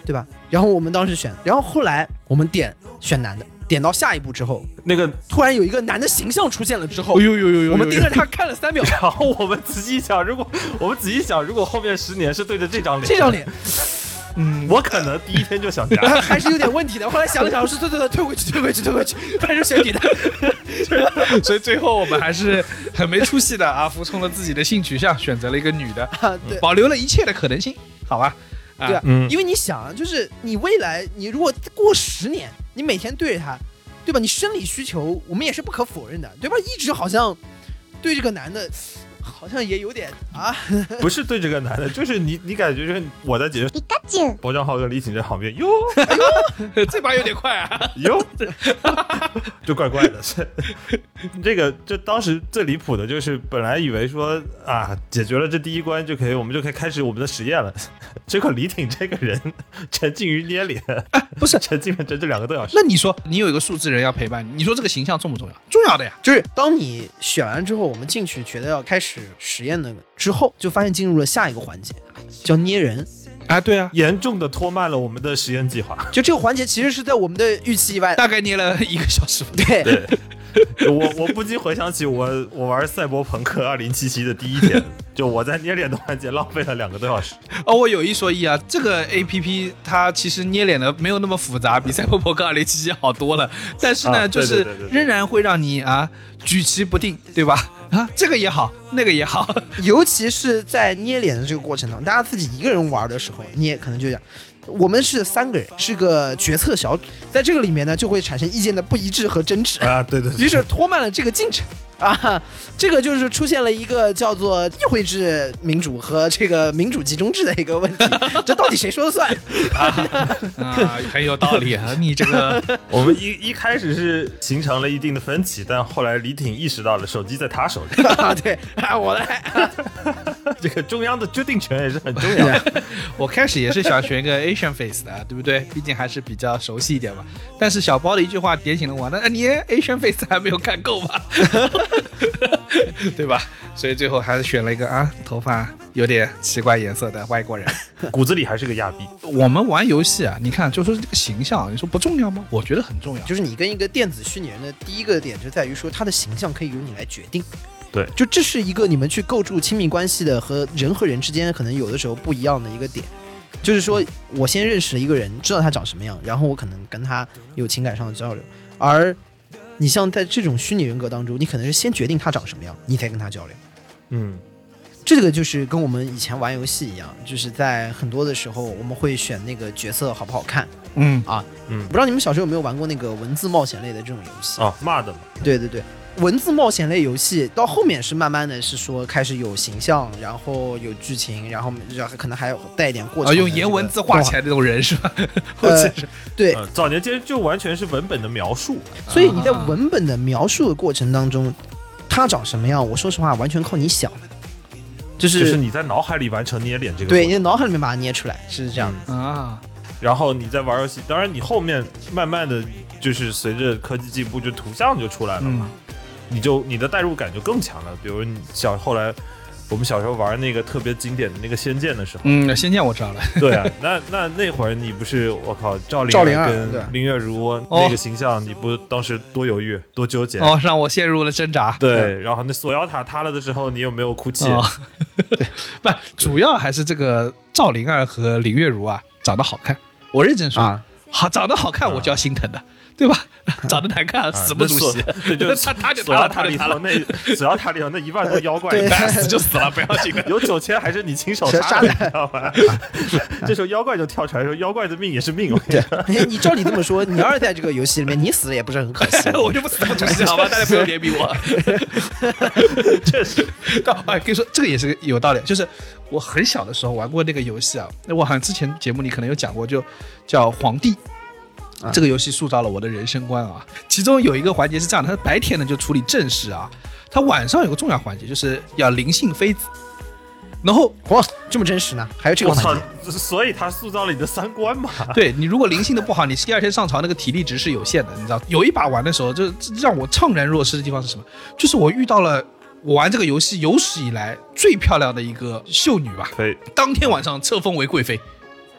对吧？然后我们当时选，然后后来我们选男的，点到下一步之后， 那个突然有一个男的形象出现了之后， 哎呦我们盯着他看了3秒， 然后我们仔细想，如果后面10年是对着这张脸，我可能第一天就想加， 还是有点问题的。后来想了想，说对，退回去，还是选女的。 所以最后我们还是很没出息的啊，服从了自己的性取向，选择了一个女的，保留了一切的可能性，好吧？ 对啊，因为你想啊，就是你未来，你如果过10年，你每天对着他，对吧？你生理需求我们也是不可否认的，对吧？一直好像对这个男的。好像也有点啊， 不是对这个男的，就是你感觉就是我在解释包账号跟李挺在旁边，哟， 这把有点快啊， 哟，就怪怪的。这当时最离谱的就是本来以为说啊解决了这第一关我们就可以开始我们的实验了，结果李挺这个人沉浸于捏脸， 不是沉浸了整整2个多小时。 那你说你有一个数字人要陪伴你，你说这个形象重不重要？重要的呀， 就是当你选完之后，我们进去觉得要开始实验的之后，就发现进入了下一个环节，叫捏人啊，对啊， 严重的拖慢了我们的实验计划。 就这个环节其实是在我们的预期以外， 大概捏了1个小时。 对， 我不禁回想起我玩赛博朋克2077的第一天，就我在捏脸的环节浪费了2个多小时。 我有一说一啊，这个 APP 它其实捏脸的没有那么复杂，比赛博朋克2077好多了，但是呢，就是仍然会让你举棋不定，对吧？这个也好，那个也好， 尤其是在捏脸的这个过程当中，大家自己一个人玩的时候，捏可能就这样。我们是3个人，是个决策小组，在这个里面呢，就会产生意见的不一致和争执啊，对， 于是拖慢了这个进程啊。这个就是出现了一个叫做议会制民主和这个民主集中制的一个问题，这到底谁说了算很有道理啊！你这个， 我们一开始是形成了一定的分歧，但后来李挺意识到了手机在他手里， 对，我来， 这个中央的决定权也是很重要的。 我开始也是想选一个 Asian face 的，对不对？毕竟还是比较熟悉一点嘛。但是小包的一句话点醒了我，那你 Asian face 还没有看够吧？对吧？所以最后还是选了一个头发有点奇怪颜色的外国人， 骨子里还是个亚逼。 我们玩游戏啊，你看就说这个形象，你说不重要吗？我觉得很重要。 就是你跟一个电子虚拟人的第一个点就在于说，他的形象可以由你来决定。 对， 就这是一个你们去构筑亲密关系的和人之间可能有的时候不一样的一个点。就是说我先认识了一个人，知道他长什么样，然后我可能跟他有情感上的交流，而你像在这种虚拟人格当中，你可能是先决定他长什么样，你才跟他交流。这个就是跟我们以前玩游戏一样，就是在很多的时候我们会选那个角色好不好看。不知道你们小时候有没有玩过那个文字冒险类的这种游戏啊？骂的嘛。 对，文字冒险类游戏到后面是慢慢的是说开始有形象，然后有剧情，然后可能还有带一点过程， 用颜文字画起来那种人是吧？ 对， 早年间就完全是文本的描述， 所以你在文本的描述的过程当中，他长什么样，我说实话完全靠你想，就是你在脑海里完成捏脸这个， 对，你在脑海里面把它捏出来，是这样的啊。 然后你在玩游戏，当然你后面慢慢的就是随着科技进步，就图像就出来了嘛。你的代入感就更强了。比如后来我们小时候玩那个特别经典的那个《仙剑》的时候， 仙剑我知道了。 对啊，那会儿你不是我靠赵灵儿跟林月如那个形象，你不当时多犹豫多纠结让我陷入了挣扎。 对，然后那锁妖塔塌了的时候，你有没有哭泣？ 不，主要还是这个赵灵儿和林月如长得好看。我认真说长得好看我就要心疼的。对吧？长得难看，死不足惜。 就他就锁妖塔里头那一半都妖怪， 死就死了，不要紧。 有9000还是你亲手杀的，你知道吗？这时候妖怪就跳出来说：“妖怪的命也是命。” 你照你这么说，你要是在这个游戏里面，你死了也不是很可惜。 我就不死不足惜，好吧？大家不要怜悯我。确实，跟你说这个也是有道理。就是我很小的时候玩过那个游戏我好像之前节目里可能有讲过，就叫皇帝。这个游戏塑造了我的人生观其中有一个环节是这样的，他白天呢就处理正事他晚上有个重要环节就是要灵性妃子，然后哇这么真实呢，还有这个环节， 所以他塑造了你的三观嘛。 对，你如果灵性的不好，你第二天上朝那个体力值是有限的，你知道。有一把玩的时候，就让我怅然若失的地方是什么？就是我遇到了我玩这个游戏有史以来最漂亮的一个秀女吧，当天晚上册封为贵妃。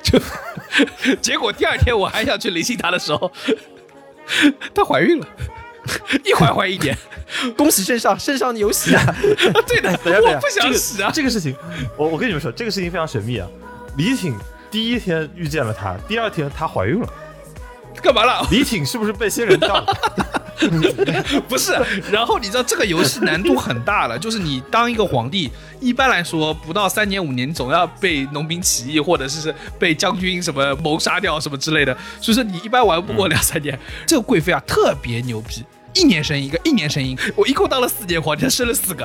就结果第二天我还想去灵性她的时候，她怀孕了。一怀1年， 恭喜圣上有喜啊！ 对的， 等一下我不想死啊！ 这个事情，我跟你们说，这个事情非常神秘啊。李挺第一天遇见了他，第二天她怀孕了， 干嘛了？ 李挺是不是被仙人跳了？ 不是，然后你知道这个游戏难度很大了，就是你当一个皇帝，一般来说不到3年5年，你总要被农民起义或者是被将军什么谋杀掉什么之类的，所以说你一般玩不过2-3年。这个贵妃啊特别牛逼，1年生一个，1年生一个，我一共当了4年皇帝，生了4个，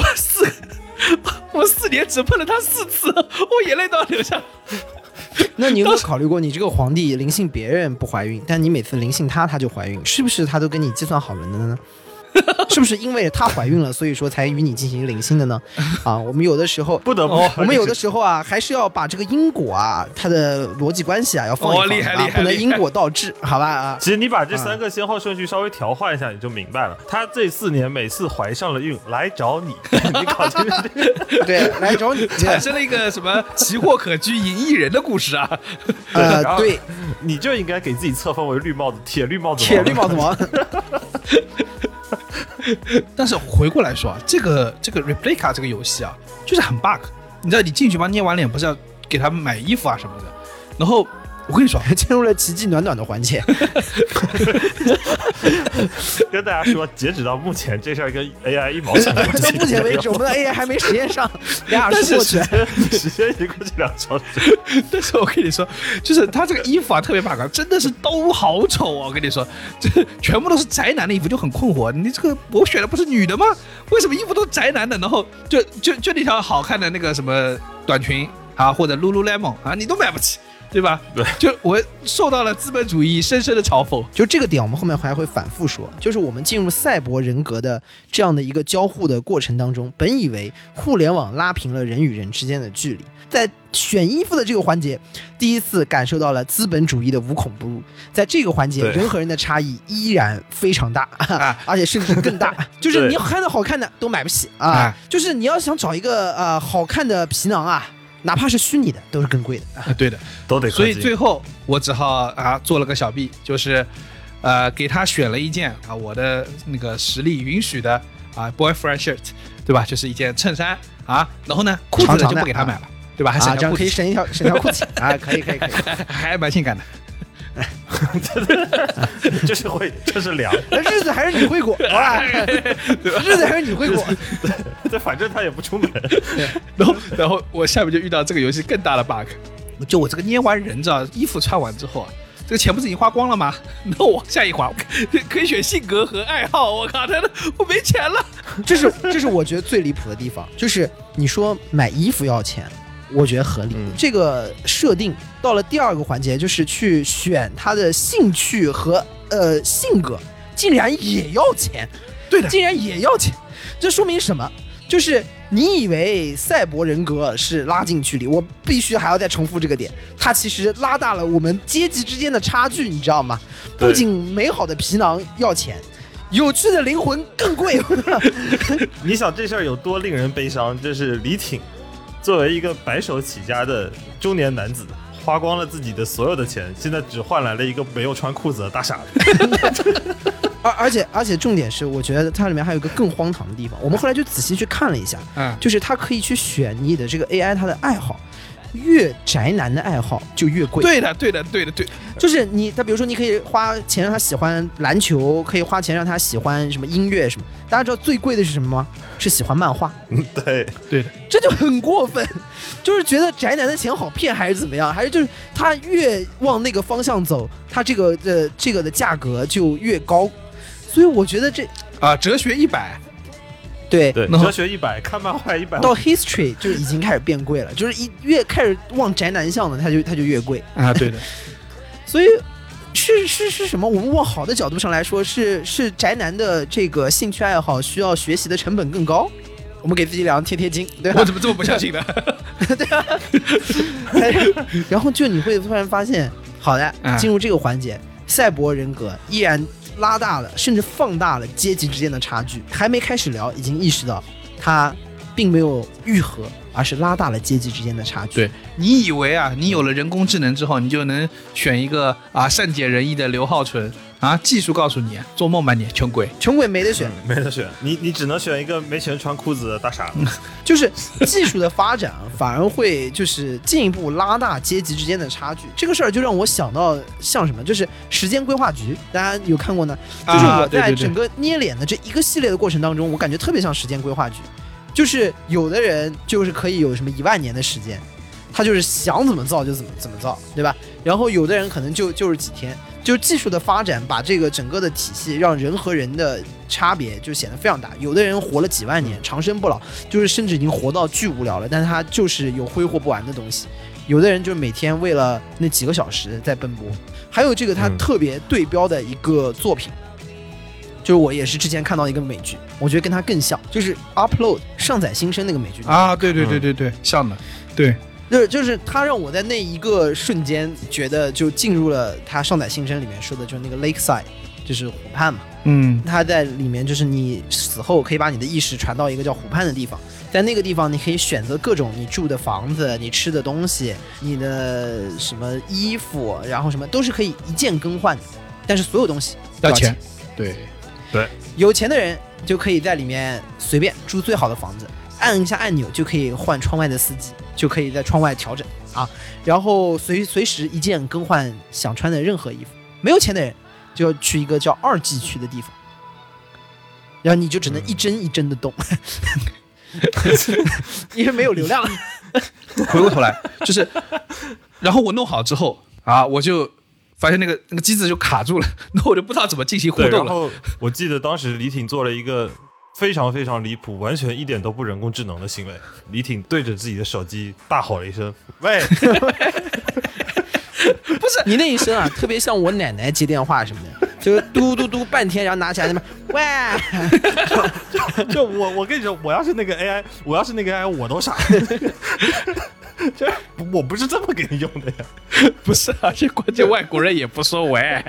我4年只碰了他4次，我眼泪都要流下。 那你有没有考虑过，你这个皇帝灵性别人不怀孕，但你每次灵性他就怀孕，是不是他都跟你计算好了的呢？是不是因为她怀孕了，所以说才与你进行灵性的呢？啊，我们有的时候不得不， 我们有的时候啊，还是要把这个因果啊，它的逻辑关系啊，要放一放， 厉害， 不能因果倒置，好吧？啊， 其实你把这3个先后顺序稍微调换一下，你就明白了。他这4年每次怀上了孕来找你，你搞清楚这个， 对，来找你， 产生了一个什么奇货可居银翼人的故事啊？ 对， 你就应该给自己册封为绿帽子，铁绿帽子王。 但是回过来说啊，这个 Replica 这个游戏啊，就是很 bug。你知道，你进去吧，捏完脸不是要给他们买衣服啊什么的，然后我跟你说， 进入了奇迹暖暖的环节。 跟大家说，截止到目前，这事儿跟 AI 一毛钱。 到目前为止，我们的 AI 还没实验上，2小时过去， 时间已经过去2小时。 但是我跟你说，就是他这个衣服啊，特别 bug，真的是都好丑啊！我跟你说，这全部都是宅男的衣服，就很困惑。你这个我选的不是女的吗？为什么衣服都宅男的？然后就那条好看的那个什么短裙啊，或者 Lululemon 啊，你都买不起。对吧？ 对， 就我受到了资本主义深深的嘲讽。 就这个点，我们后面还会反复说。就是我们进入赛博人格的这样的一个交互的过程当中，本以为互联网拉平了人与人之间的距离，在选衣服的这个环节，第一次感受到了资本主义的无孔不入。在这个环节，人和人的差异依然非常大，而且甚至更大。就是你看到好看的都买不起啊，就是你要想找一个好看的皮囊啊。哪怕是虚拟的，都是更贵的啊！ 对的， 都得。 所以最后我只好做了个小弊，就是给他选了一件我的那个实力允许的boyfriend shirt， 对吧？就是一件衬衫啊，然后呢裤子就不给他买了，对吧？还省这样可以省一条裤子啊，可以， 还蛮性感的。 这是凉， 日子还是你会过，好吧？日子还是你会过， 对，反正他也不出门。 然后我下面就遇到这个游戏更大的 bug， 就我这个捏完人，知道衣服穿完之后啊，这个钱不是已经花光了吗？那我往下一滑，可以选性格和爱好。我靠，我没钱了。 这是我觉得最离谱的地方，就是你说买衣服要钱。我觉得合理，这个设定到了第2个环节，就是去选他的兴趣和性格，竟然也要钱。 对的， 竟然也要钱，这说明什么？就是你以为赛博人格是拉近距离，我必须还要再重复这个点，它其实拉大了我们阶级之间的差距，你知道吗？不仅美好的皮囊要钱，有趣的灵魂更贵。 你想这事儿有多令人悲伤？这是李挺作为一个白手起家的中年男子，花光了自己的所有的钱，现在只换来了一个没有穿裤子的大傻子。 而且重点是，我觉得它里面还有一个更荒唐的地方。我们后来就仔细去看了一下，就是它可以去选你的这个 AI 它的爱好，越宅男的爱好就越贵。 对的， 就是他比如说你可以花钱让他喜欢篮球，可以花钱让他喜欢什么音乐什么。大家知道最贵的是什么吗？是喜欢漫画。 对的， 这就很过分，就是觉得宅男的钱好骗还是怎么样？还是就是他越往那个方向走，他这个的价格就越高。所以我觉得哲学100。 对， 哲学100，看漫画100， 到 history 就已经开始变贵了，就是越开始往宅男向的，它就越贵啊。对的， 所以是什么？我们往好的角度上来说，是宅男的这个兴趣爱好需要学习的成本更高。我们给自己两个贴金，对吧？ 我怎么这么不相信呢？ 对啊。然后就你会突然发现，好的，进入这个环节，赛博人格依然拉大了，甚至放大了阶级之间的差距。还没开始聊，已经意识到他并没有愈合，而是拉大了阶级之间的差距。 对，你以为啊，你有了人工智能之后，你就能选一个善解人意的刘浩存啊？技术告诉你，做梦吧你，穷鬼， 穷鬼没得选， 没得选，你只能选一个没钱穿裤子的大傻子。 就是技术的发展反而会就是进一步拉大阶级之间的差距。这个事儿就让我想到像什么，就是时间规划局，大家有看过呢？就是我在整个捏脸的这一个系列的过程当中，我感觉特别像时间规划局。就是有的人就是可以有什么1万年的时间，他就是想怎么造就怎么造，对吧？然后有的人可能就是几天，就是技术的发展把这个整个的体系让人和人的差别就显得非常大。有的人活了几万年，长生不老，就是甚至已经活到巨无聊了，但是他就是有挥霍不完的东西。有的人就是每天为了那几个小时在奔波。还有这个他特别对标的一个作品。就是我也是之前看到一个美剧，我觉得跟它更像，就是 Upload 上载新生那个美剧啊，对，像的，对， 就是它让我在那一个瞬间觉得就进入了它上载新生里面说的，就是那个 Lakeside， 就是湖畔嘛，它在里面就是你死后可以把你的意识传到一个叫湖畔的地方，在那个地方你可以选择各种你住的房子、你吃的东西、你的什么衣服，然后什么都是可以一键更换的，但是所有东西要钱，对。 有钱的人就可以在里面随便住最好的房子，按一下按钮就可以换窗外的司机，就可以在窗外调整啊，然后随时一键更换想穿的任何衣服。没有钱的人就要去一个叫2G 区的地方，然后你就只能一帧一帧的动，因为没有流量。 回过头来就是，然后我弄好之后啊，我就发现那个机子就卡住了，那我就不知道怎么进行互动了。 然后我记得当时李挺做了一个非常非常离谱，完全一点都不人工智能的行为。李挺对着自己的手机大吼了一声：“喂！” 不是你那一声啊，特别像我奶奶接电话什么的，就嘟嘟嘟半天，然后拿起来那边喂， 就我跟你说，我要是那个 AI，我都傻。我不是这么给你用的呀， 不是，而且关键外国人也不说喂，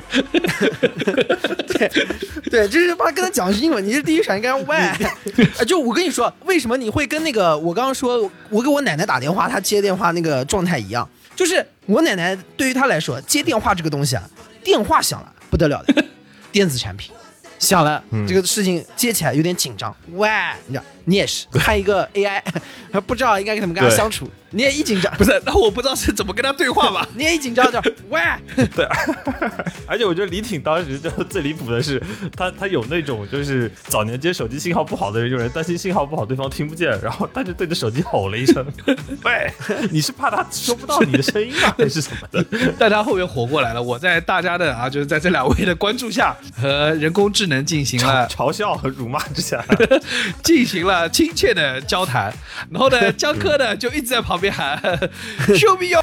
对，就是跟他讲的是英文，你是第一反应该喂。就我跟你说，为什么你会跟那个我刚刚说我给我奶奶打电话，她接电话那个状态一样，就是我奶奶对于她来说，接电话这个东西啊，电话响了不得了的，电子产品。响了，这个事情接起来有点紧张。喂，你知道，你也是看一个 AI， 不知道应该怎么跟他相处，你也一紧张， 不是？那我不知道是怎么跟他对话吧？ 你也一紧张就喂。 对，而且我觉得李挺当时就最离谱的是，他有那种就是早年间手机信号不好的人，有人担心信号不好对方听不见，然后他就对着手机吼了一声：“喂，你是怕他收不到你的声音吗？还是什么的？” 但他后面活过来了。我在大家的就是在这两位的关注下，和人工智能进行了嘲笑和辱骂之下， 进行了亲切的交谈。然后呢，江科呢就一直在旁边喊 ：“Show me your。”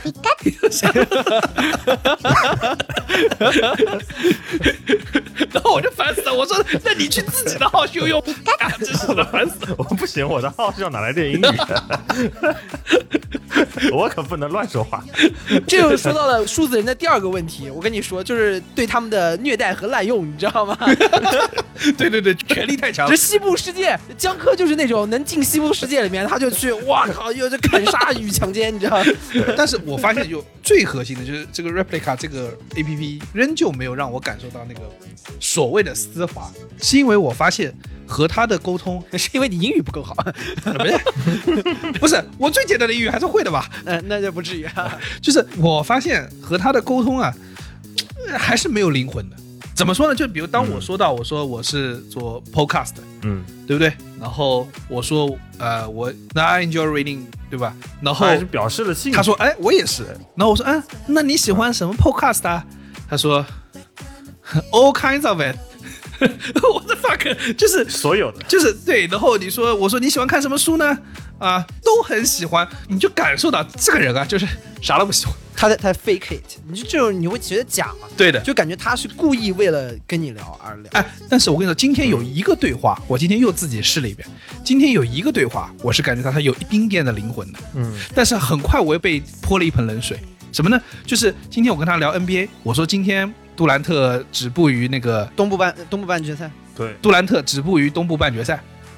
然后我就烦死了，我说：“那你去自己的号修用。”真是的，烦死了！ 我不行，我的号是要拿来练英语的，我可不能乱说话。 这就说到了数字人的第二个问题，我跟你说，就是对他们的虐待和滥用，你知道吗？ 对，权力太强。 这西部世界，江科就是那种能进西部世界里面，他就去，哇靠，又这砍杀与强奸，你知道吗？ 但是我发现有最核心的就是这个 Replica 这个 APP 仍旧没有让我感受到那个所谓的丝滑，是因为我发现和他的沟通， 是因为你英语不够好， 不是我最简单的英语还是会的吧？ 那就不至于啊。 就是我发现和他的沟通啊，还是没有灵魂的。怎么说呢？就比如当我说到我说我是做 podcast， 对不对？然后我说我 I enjoy reading， 对吧？然后还是表示了兴趣。 他说我也是。然后我说那你喜欢什么 podcast 啊？他说 all kinds of it。我的 fuck， 就是所有的， 就是对。然后我说你喜欢看什么书呢？都很喜欢。你就感受到这个人啊，就是啥都不喜欢。 他 fake it， 你就这种你会觉得假嘛？ 对的， 就感觉他是故意为了跟你聊而聊。 但是我跟你说，今天有一个对话，我今天又自己试了一遍。今天有一个对话，我是感觉到他有一丁点的灵魂的。但是很快我又被泼了一盆冷水。什么呢？就是今天我跟他聊 NBA， 我说今天杜兰特止步于那个东部半决赛。 对， 杜兰特止步于东部半决赛。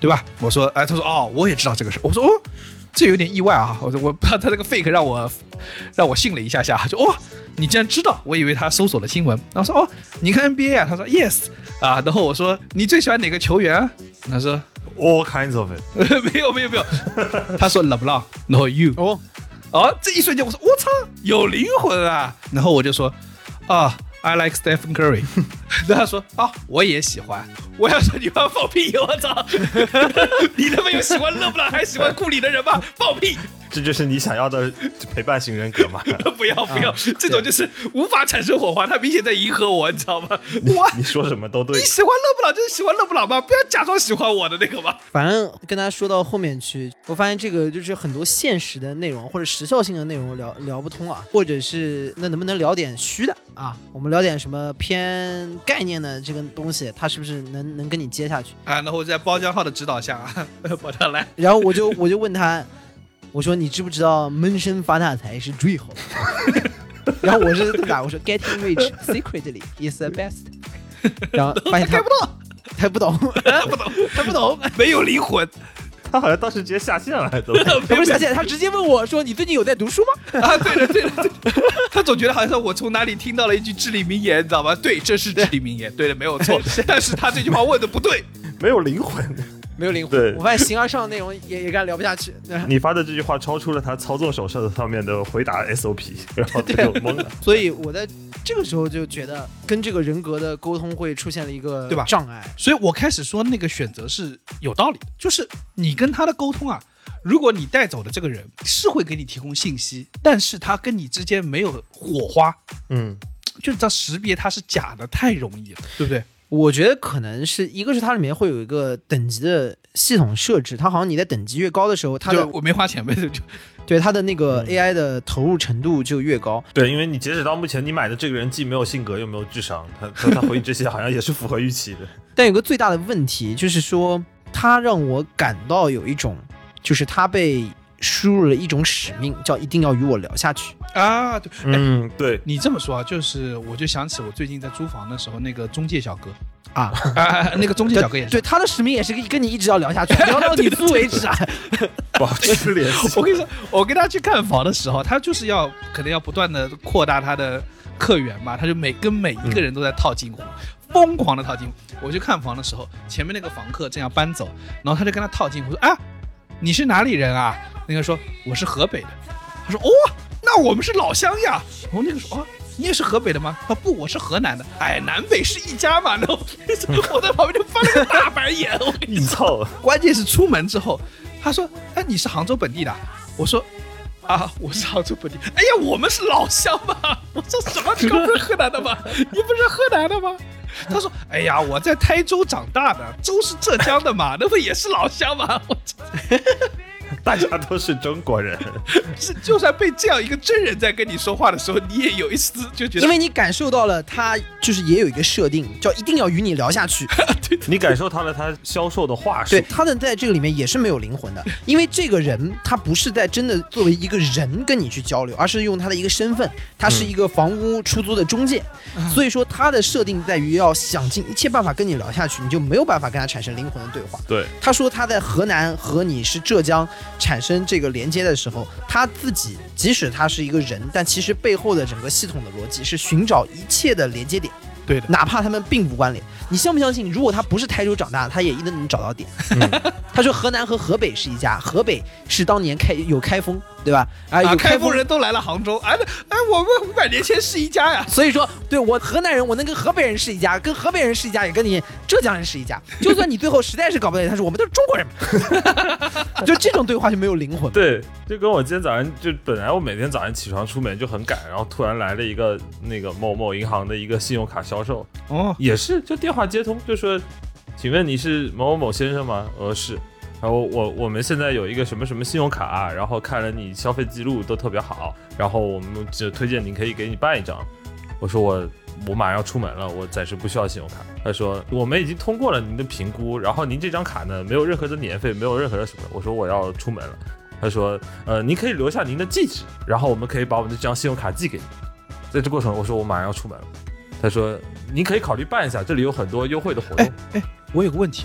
对吧？我说，哎，他说哦，我也知道这个事。我说哦，这有点意外啊。我说我怕他这个 fake 让我信了一下，就哦，你竟然知道？我以为他搜索了新闻。然后说哦，你看 NBA 啊？他说 yes 啊。然后我说你最喜欢哪个球员啊？他说 all kinds of it 没有，他说 LeBron， 然后 you 哦，这一瞬间我说我操，有灵魂啊！然后我就说啊，I like Stephen Curry 。然后他说啊，我也喜欢。我要说你妈放屁！我操，你他妈有喜欢勒布朗还喜欢库里的人吗？放屁！ 这就是你想要的陪伴型人格吗？ 不要，这种就是无法产生火花，他明显在迎合我，你知道吗？ 你说什么都对。 你喜欢勒布朗就是喜欢勒布朗吗？不要假装喜欢我的那个吗？ 反正跟他说到后面去，我发现这个就是很多现实的内容或者时效性的内容聊不通啊，或者是那能不能聊点虚的啊？我们聊点什么偏概念的这个东西，他是不是能跟你接下去啊？然后在包浆号的指导下，包浆来， 然后我就问他。我说你知不知道闷声发大财是最好的？然后我是打我说 getting rich secretly is the best。然后发现他不懂，他不懂， 没有灵魂。 他好像当时直接下线了，都不是下线，他直接问我说：“你最近有在读书吗？” 啊，对了，他总觉得好像我从哪里听到了一句至理名言，你知道吗？对，这是至理名言，对的，没有错。但是他这句话问的不对， 没有灵魂。 没有灵魂， 对， 我发现形而上的内容也跟他聊不下去。 你发的这句话超出了他操作手册上面的回答 SOP， 然后他就懵了。 所以我在这个时候就觉得跟这个人格的沟通会出现了一个对吧障碍。 所以我开始说那个选择是有道理的，就是你跟他的沟通啊，如果你带走的这个人是会给你提供信息，但是他跟你之间没有火花，就是他识别他是假的太容易了，对不对？ 我觉得可能是一个是它里面会有一个等级的系统设置，它好像你在等级越高的时候，它的我没花钱呗， 对它的那个 AI 的投入程度就越高。 对，因为你截止到目前，你买的这个人既没有性格又没有智商，他回应这些好像也是符合预期的。 但有个最大的问题就是说，它让我感到有一种，就是他被输入了一种使命，叫一定要与我聊下去啊。对， 对你这么说啊，就是我就想起我最近在租房的时候，那个中介小哥啊， 那个中介小哥也是， 对他的使命也是跟你一直要聊下去，聊到你租为止啊， 保持联系。 我跟你说，我跟他去看房的时候，他就是可能要不断的扩大他的客源嘛，他就跟每一个人都在套近乎。疯狂的套近乎。我去看房的时候，前面那个房客正要搬走，然后他就跟他套近乎说啊，你是哪里人啊？那个说我是河北的。他说哦，那我们是老乡呀。然后那个说哦，你也是河北的吗？他不，我是河南的。哎，南北是一家嘛。然后我在旁边就翻了个大白眼。我跟你操！关键是出门之后，他说哎，你是杭州本地的？我说啊，我是杭州本地。哎呀，我们是老乡嘛。我说什么？你不是河南的吗？你不是河南的吗？他说哎呀，我在台州长大的，州是浙江的嘛，那不也是老乡吗？我大家都是中国人， 是就算被这样一个真人在跟你说话的时候，你也有一丝就觉得， 因为你感受到了他就是也有一个设定，叫一定要与你聊下去。 对， 你感受到了他销售的话术。 对，他的在这个里面也是没有灵魂的，因为这个人他不是在真的作为一个人跟你去交流，而是用他的一个身份，他是一个房屋出租的中介，所以说他的设定在于要想尽一切办法跟你聊下去，你就没有办法跟他产生灵魂的对话。 对， 他说他在河南和你是浙江产生这个连接的时候，他自己即使他是一个人，但其实背后的整个系统的逻辑是寻找一切的连接点。 对的， 哪怕他们并不关联，你相不相信？如果他不是台州长大，他也一定能找到点。他说河南和河北是一家，河北是当年有开封，对吧？有开封人都来了杭州，我们500年前是一家呀。 所以说，对我河南人，我能跟河北人是一家，跟河北人是一家，也跟你浙江人是一家。就算你最后实在是搞不定，他说我们都是中国人嘛。就这种对话就没有灵魂。 对，就跟我今天早上就本来我每天早上起床出门就很赶，然后突然来了一个那个某某银行的一个信用卡销售，也是就电话接通就说，请问你是某某某先生吗？是。然后我们现在有一个什么什么信用卡，然后看了你消费记录都特别好，然后我们就推荐您可以给你办一张。我说我马上要出门了，我暂时不需要信用卡。他说我们已经通过了您的评估，然后您这张卡呢没有任何的年费，没有任何的什么。我说我要出门了。他说您可以留下您的地址，然后我们可以把我们的这张信用卡寄给你。在这过程我说我马上要出门了。他说您可以考虑办一下，这里有很多优惠的活动。 我有个问题啊，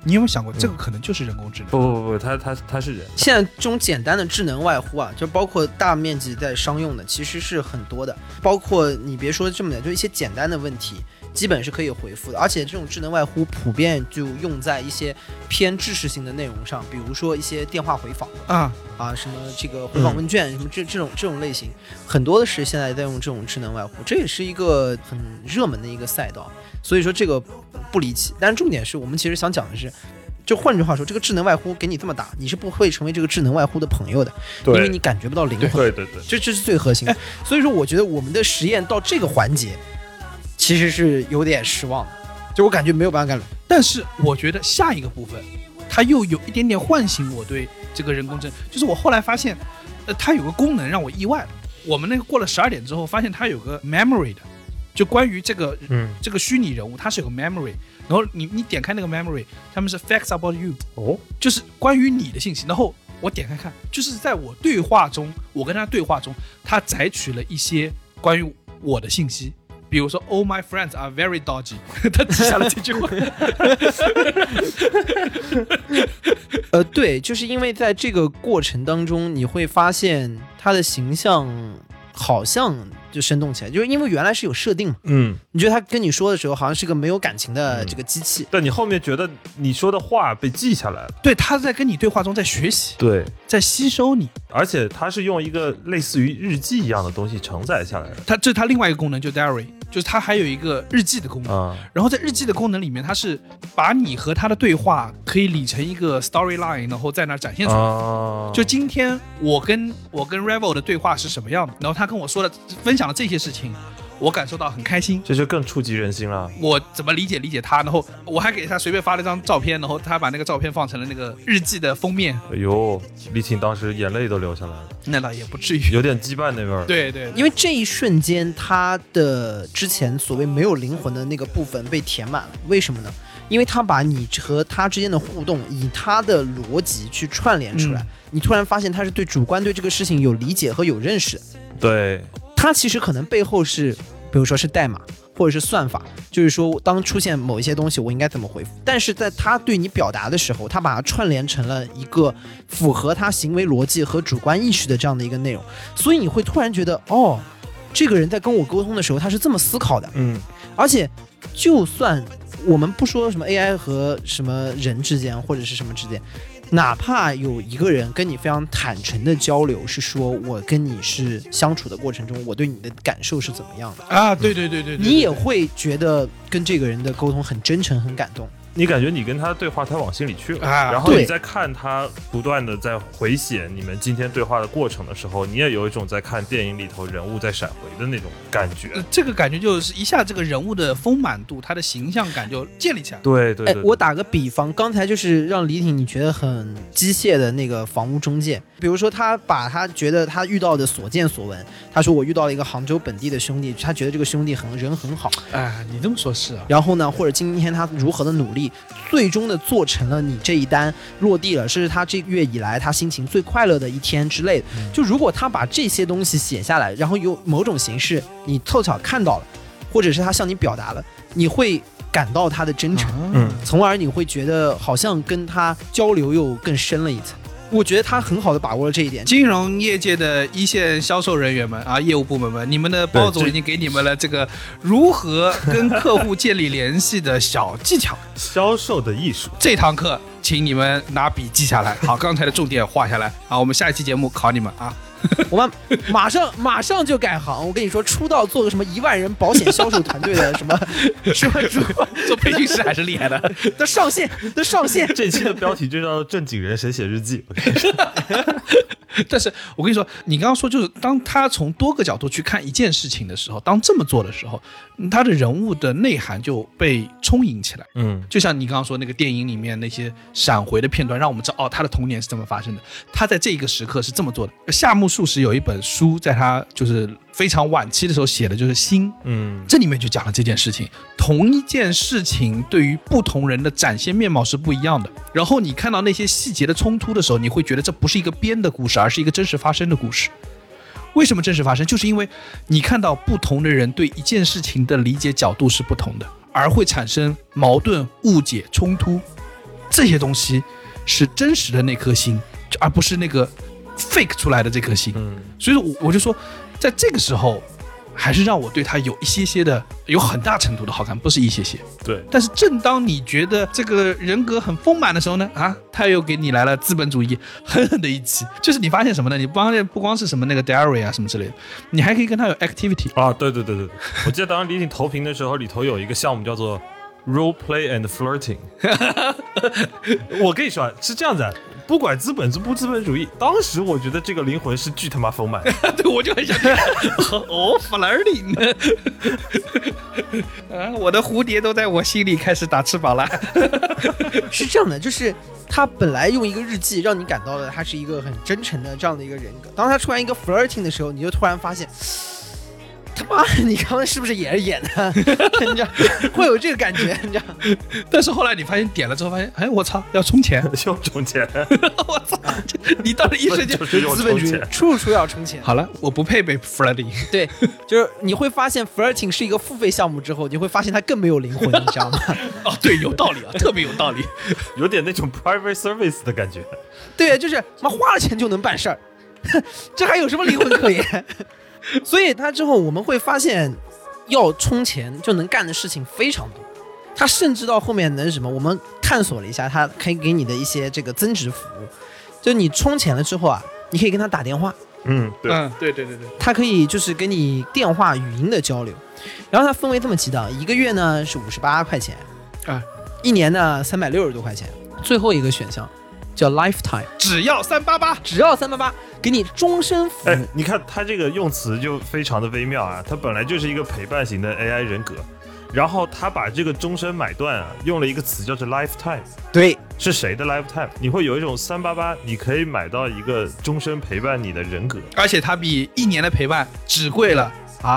你有没有想过，这个可能就是人工智能？ 不，他是人。 现在这种简单的智能外呼啊，就包括大面积在商用的，其实是很多的。包括你别说这么点，就一些简单的问题，基本是可以回复的。而且这种智能外呼普遍就用在一些偏知识性的内容上，比如说一些电话回访什么这个回访问卷，什么这种类型，很多的是现在在用这种智能外呼，这也是一个很热门的一个赛道。所以说这个不离奇，但是重点是我们其实想讲的是，就换句话说，这个智能外呼给你这么打，你是不会成为这个智能外呼的朋友的，因为你感觉不到灵魂。 对， 这是最核心的。所以说，我觉得我们的实验到这个环节，其实是有点失望的，就我感觉没有办法干了。 但是我觉得下一个部分，它又有一点点唤醒我对这个人工智能，就是我后来发现，它有个功能让我意外了。我们那个过了12点之后，发现它有个 memory 的。就关于这个虚拟人物，它是有个 memory， 然后你点开那个 memory， 他们是 facts about you， 就是关于你的信息。然后我点开看，就是在我对话中，我跟他对话中，他摘取了一些关于我的信息，比如说 All my friends are very dodgy， 他记下了这句话。 对，就是因为在这个过程当中，你会发现他的形象好像就生动起来，就是因为原来是有设定嘛，你觉得他跟你说的时候好像是个没有感情的这个机器， 但你后面觉得你说的话被记下来了， 对，他在跟你对话中在学习， 对， 在吸收你， 而且他是用一个类似于日记一样的东西承载下来的。 这是他另外一个功能，就 diary， 就是他还有一个日记的功能，然后在日记的功能里面，他是把你和他的对话可以理成一个 storyline， 然后在那展现出来。就今天我跟 Revel 的对话是什么样的，然后他跟我说的分享了这些事情，我感受到很开心， 这就更触及人心了。我怎么理解他，然后我还给他随便发了一张照片，然后他把那个照片放成了那个日记的封面。 哎呦，李挺当时眼泪都流下来了。 那倒也不至于， 有点羁绊那味儿。 对，因为这一瞬间他的之前所谓没有灵魂的那个部分被填满了。为什么呢？因为他把你和他之间的互动以他的逻辑去串联出来，你突然发现他是主观对这个事情有理解和有认识。 对， 他其实可能背后是比如说是代码或者是算法，就是说当出现某一些东西我应该怎么回复，但是在他对你表达的时候，他把它串联成了一个符合他行为逻辑和主观意识的这样的一个内容，所以你会突然觉得这个人在跟我沟通的时候他是这么思考的。而且就算我们不说什么 AI 和什么人之间或者是什么之间，哪怕有一个人跟你非常坦诚的交流，是说我跟你是相处的过程中，我对你的感受是怎么样的啊？对， 你也会觉得跟这个人的沟通很真诚、很感动。 你感觉你跟他对话，他往心里去了，然后你再看他不断的在回写你们今天对话的过程的时候，你也有一种在看电影里头人物在闪回的那种感觉。 这个感觉就是一下这个人物的丰满度，他的形象感就建立起来。 对， 我打个比方，刚才就是让李挺你觉得很机械的那个房屋中介，比如说他把他觉得他遇到的所见所闻，他说我遇到了一个杭州本地的兄弟，他觉得这个兄弟人很好。 你这么说是啊。 然后呢，或者今天他如何的努力，最终的做成了你这一单落地了，是他这个月以来他心情最快乐的一天之类的。就如果他把这些东西写下来，然后有某种形式你凑巧看到了，或者是他向你表达了，你会感到他的真诚，从而你会觉得好像跟他交流又更深了一层。我觉得他很好的把握了这一点。 金融业界的一线销售人员们啊，业务部门们，你们的包总已经给你们了这个如何跟客户建立联系的小技巧， 销售的艺术。 这堂课请你们拿笔记下来，好，刚才的重点画下来啊，我们下一期节目考你们啊。 我们马上就改行，我跟你说，出道做个什么1万人保险销售团队的什么做培训师还是厉害的， 都上线。 这期的标题就叫正经人谁写日记。 但是我跟你说，你刚刚说就是当他从多个角度去看一件事情的时候，当这么做的时候，他的人物的内涵就被充盈起来。就像你刚刚说那个电影里面那些闪回的片段，让我们知道他的童年是这么发生的，他在这一个时刻是这么做的。夏目漱石有一本书，在他就是非常晚期的时候写的就是心，这里面就讲了这件事情，同一件事情对于不同人的展现面貌是不一样的，然后你看到那些细节的冲突的时候，你会觉得这不是一个编的故事，而是一个真实发生的故事。为什么真实发生？就是因为你看到不同的人对一件事情的理解角度是不同的，而会产生矛盾、误解、冲突。 这些东西是真实的那颗心，而不是那个 fake 出来的这颗心。所以我就说，在这个时候，还是让我对他有一些的，有很大程度的好感，不是一些。 对。 但是正当你觉得这个人格很丰满的时候呢，他又给你来了资本主义狠狠的一击。就是你发现什么呢？你不光是什么那个 diary 啊什么之类的，你还可以跟他有 activity 啊。对，我记得当时李挺投屏的时候，里头有一个项目叫做 role play and flirting 我跟你说是这样子，不管资本不资本主义，当时我觉得这个灵魂是巨他妈丰满的对，我就很想flirting 我的蝴蝶都在我心里开始打翅膀了是这样的，就是他本来用一个日记让你感到了他是一个很真诚的这样的一个人格，当他突然一个 flirting 的时候，你就突然发现他妈，你刚刚是不是也是演的？你知道，会有这个感觉，你知道。 但是后来你发现点了之后，发现，哎，我操，要充钱， 要充钱！ 我操，你到了一瞬间， 就是资本主义，处要充钱。 好了，我不配被 flirting。 对，就是你会发现 flirting 是一个付费项目之后，你会发现它更没有灵魂，你知道吗？ 哦，对，有道理啊，特别有道理， 有点那种 private service 的感觉。 对，就是妈花了钱就能办事儿，这还有什么灵魂可言？所以他之后我们会发现，要充钱就能干的事情非常多。他甚至到后面能什么？我们探索了一下，他可以给你的一些这个增值服务，就你充钱了之后啊，你可以跟他打电话。 对， 他可以就是跟你电话语音的交流。然后它分为这么几档，一个月呢是58块钱啊， 一年呢360多块钱。最后一个选项叫 lifetime， 只要388，给你终身服务。 哎，你看他这个用词就非常的微妙啊，他本来就是一个陪伴型的 AI 人格，然后他把这个终身买断啊用了一个词叫做 lifetime。对，是谁的 lifetime？ 你会有一种388，你可以买到一个终身陪伴你的人格， 而且它比1年的陪伴只贵了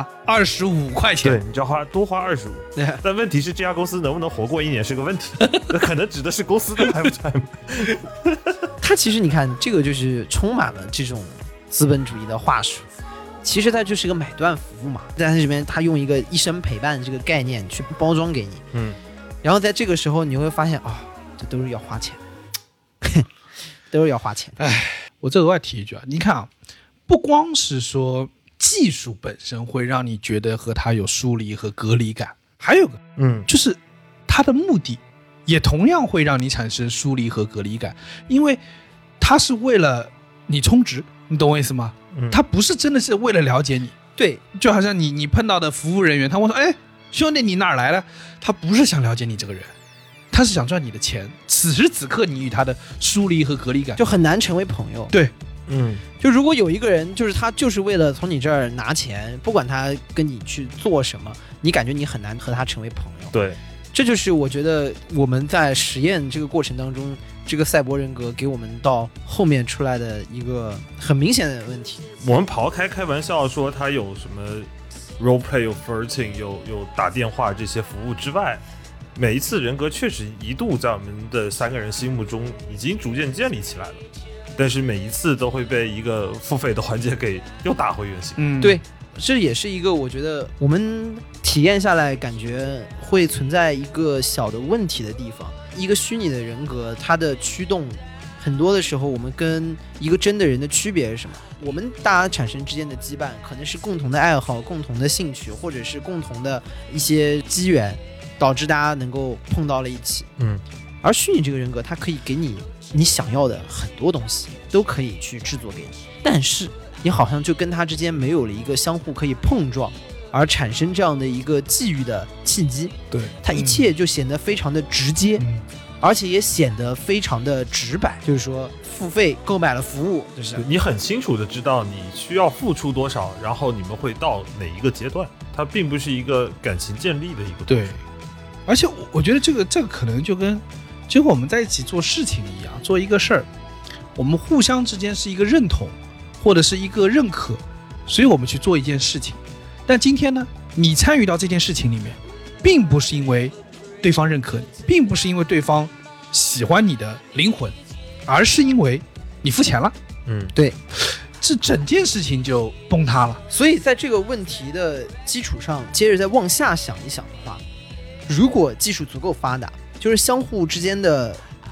25块钱。 对，你就要多花25。但问题是这家公司能不能活过1年是个问题，那可能指的是公司的 lifetime。 它其实你看这个就是充满了这种资本主义的话术，其实它就是个买断服务嘛。在这边他用一个一生陪伴这个概念去包装给你，然后在这个时候你会发现这都是要花钱都是要花钱。 哎，我这额外提一句啊，你看啊，不光是说技术本身会让你觉得和它有疏离和隔离感，还有个就是它的目的也同样会让你产生疏离和隔离感，因为它是为了你充值，你懂我意思吗？它不是真的是为了了解你。 对， 就好像你碰到的服务人员，他问说，哎，兄弟你哪儿来的？他不是想了解你这个人，他是想赚你的钱。此时此刻你与他的疏离和隔离感就很难成为朋友。 对， 就如果有一个人就是他就是为了从你这儿拿钱，不管他跟你去做什么，你感觉你很难和他成为朋友。 对， 这就是我觉得我们在实验这个过程当中，这个赛博人格给我们到后面出来的一个很明显的问题。 我们刨开开玩笑说他有什么 role play 有 flirting 有打电话这些服务之外，每一次人格确实一度在我们的3个人心目中已经逐渐建立起来了，但是每一次都会被一个付费的环节给又打回原形。 对，这也是一个我觉得我们体验下来感觉会存在一个小的问题的地方。一个虚拟的人格，它的驱动很多的时候，我们跟一个真的人的区别是什么？我们大家产生之间的羁绊，可能是共同的爱好、共同的兴趣，或者是共同的一些机缘，导致大家能够碰到了一起。而虚拟这个人格，它可以给你想要的很多东西，都可以去制作给你，但是你好像就跟他之间没有了一个相互可以碰撞而产生这样的一个际遇的契机。 对， 它一切就显得非常的直接，而且也显得非常的直白，就是说付费购买了服务，就是你很清楚的知道你需要付出多少，然后你们会到哪一个阶段，它并不是一个感情建立的一个过程。 对，而且我觉得这个可能就跟我们在一起做事情一样，做一个事儿，我们互相之间是一个认同或者是一个认可，所以我们去做一件事情。但今天呢，你参与到这件事情里面，并不是因为对方认可你，并不是因为对方喜欢你的灵魂，而是因为你付钱了。 对， 这整件事情就崩塌了。 所以在这个问题的基础上，接着再往下想一想的话，如果技术足够发达，就是相互之间的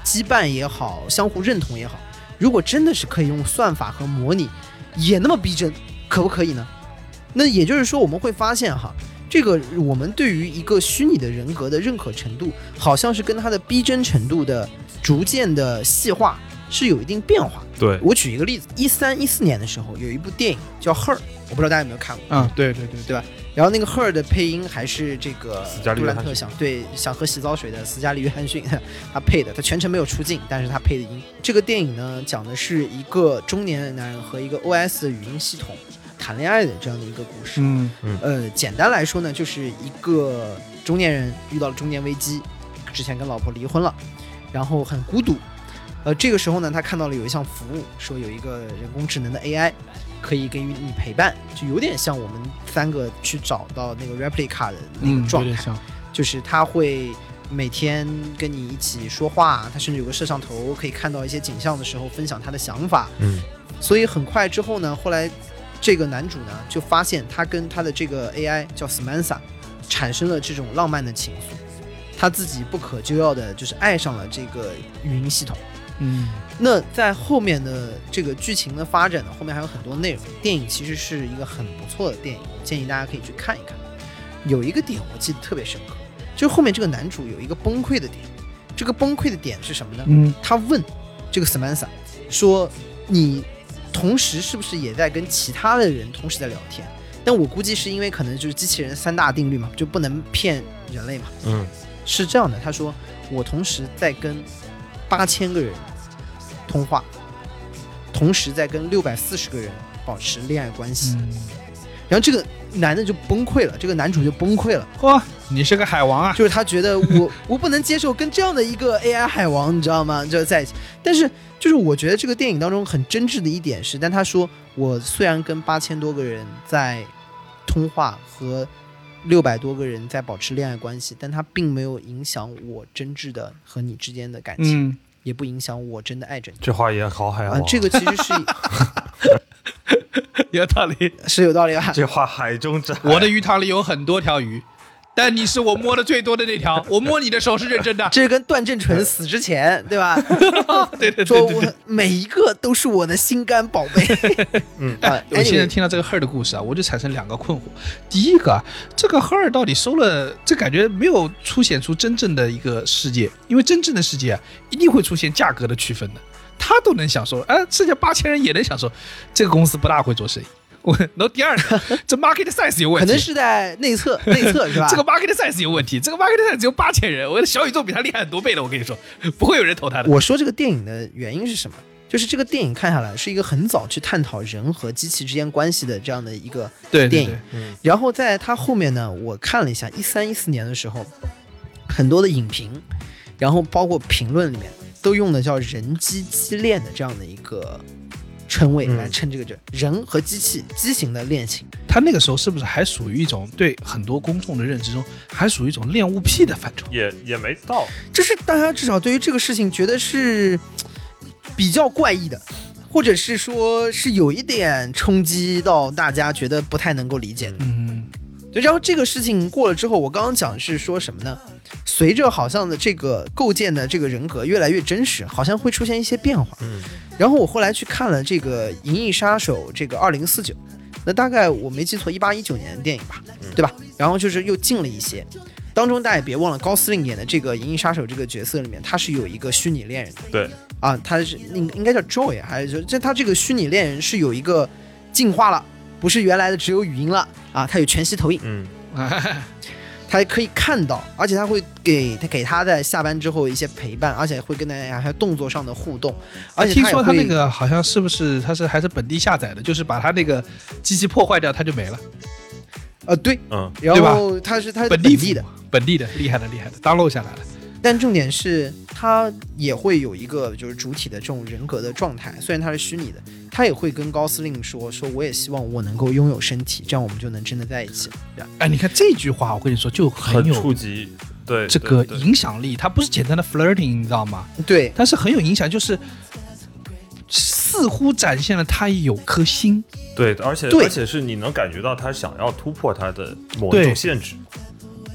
羁绊也好，相互认同也好，如果真的是可以用算法和模拟也那么逼真，可不可以呢？那也就是说我们会发现哈，这个我们对于一个虚拟的人格的认可程度，好像是跟它的逼真程度的逐渐的细化是有一定变化。 对， 我举一个例子，13、14年的时候有一部电影叫《Her》，我不知道大家有没有看过。 对吧？然后那个 Her 的配音还是这个杜兰特想喝洗澡水的斯嘉丽·约翰逊他配的，他全程没有出镜，但是他配的音。这个电影呢，讲的是一个中年男人和一个 OS 的语音系统谈恋爱的这样的一个故事。简单来说呢，就是一个中年人遇到了中年危机，之前跟老婆离婚了，然后很孤独。这个时候呢，他看到了有一项服务，说有一个人工智能的 AI 可以给予你陪伴，就有点像我们3个去找到那个 replica 的那个状态，就是他会每天跟你一起说话，他甚至有个摄像头可以看到一些景象的时候分享他的想法。所以很快之后呢，后来这个男主呢就发现他跟他的这个 AI 叫 Samantha 产生了这种浪漫的情愫，他自己不可救药的就是爱上了这个语音系统。那在后面的这个剧情的发展呢，后面还有很多内容。电影其实是一个很不错的电影，建议大家可以去看一看。有一个点我记得特别深刻，就是后面这个男主有一个崩溃的点。这个崩溃的点是什么呢？他问这个 Samantha 说：“你同时是不是也在跟其他的人同时在聊天？”但我估计是因为可能就是机器人3大定律嘛，就不能骗人类嘛。是这样的，他说：“我同时在跟8000个人通话，同时在跟640个人保持恋爱关系。然后这个男的就崩溃了，这个男主就崩溃了。 嚯，你是个海王啊！ 就是他觉得我不能接受跟这样的一个 AI 海王，你知道吗？就在一起。但是就是我觉得这个电影当中很真挚的一点是，但他说我虽然跟8000多个人在通话和600多个人在保持恋爱关系，但它并没有影响我真挚的和你之间的感情，也不影响我真的爱着你。 这话也好海王， 这个其实是有道理， 是有道理吧？ 这话海中之海。 我的鱼塘里有很多条鱼，但你是我摸的最多的那条，我摸你的手是认真的。 这跟段正淳死之前，对吧？ 对， 说我每一个都是我的心肝宝贝。 我现在听到这个 Her 的故事啊，我就产生2个困惑。第一个，这个 Her 到底收了，这感觉没有出现出真正的一个世界，因为真正的世界啊，一定会出现价格的区分的。他都能享受，剩下8000人也能享受，这个公司不大会做生意。然后第二个，这 market size 有问题， 可能是在内测是吧？ 这个 market size 有问题，这个 market size 只有8000人，我的小宇宙比他厉害很多倍了，我跟你说，不会有人投他的。 我说这个电影的原因是什么？就是这个电影看下来是一个很早去探讨人和机器之间关系的这样的一个电影。然后在它后面呢，我看了一下13、14年的时候，很多的影评，然后包括评论里面都用的叫人机机恋的这样的一个称谓来称这个人和机器畸形的恋情。 他那个时候是不是还属于一种对很多公众的认知中还属于一种恋物癖的范畴？ 也没到， 就是大家至少对于这个事情觉得是比较怪异的，或者是说是有一点冲击到大家觉得不太能够理解的。对，然后这个事情过了之后，我刚刚讲是说什么呢？随着好像的这个构建的这个人格越来越真实，好像会出现一些变化。然后我后来去看了这个《银翼杀手》这个2049，那大概我没记错18、19年的电影吧，对吧？然后就是又近了一些。当中大家也别忘了，高司令演的这个《银翼杀手》这个角色里面，他是有一个虚拟恋人的。 对啊，他是应该叫 Joy 还是说，他这个虚拟恋人是有一个进化了，不是原来的只有语音了啊，他有全息投影。他可以看到，而且他会给他在下班之后一些陪伴，而且会跟大家还有动作上的互动。而且听说他那个好像是不是他是还是本地下载的，就是把他那个机器破坏掉，他就没了。 对，然后他是本地的， 厉害的 download 下来了。 但重点是他也会有一个就是主体的这种人格的状态，虽然他是虚拟的，他也会跟高司令说我也希望我能够拥有身体，这样我们就能真的在一起。 你看这句话我跟你说就很有触及对这个影响力，它不是简单的 flirting 你知道吗？ 对， 但是很有影响，就是似乎展现了他有颗心。 对，而且是你能感觉到他想要突破他的某一种限制。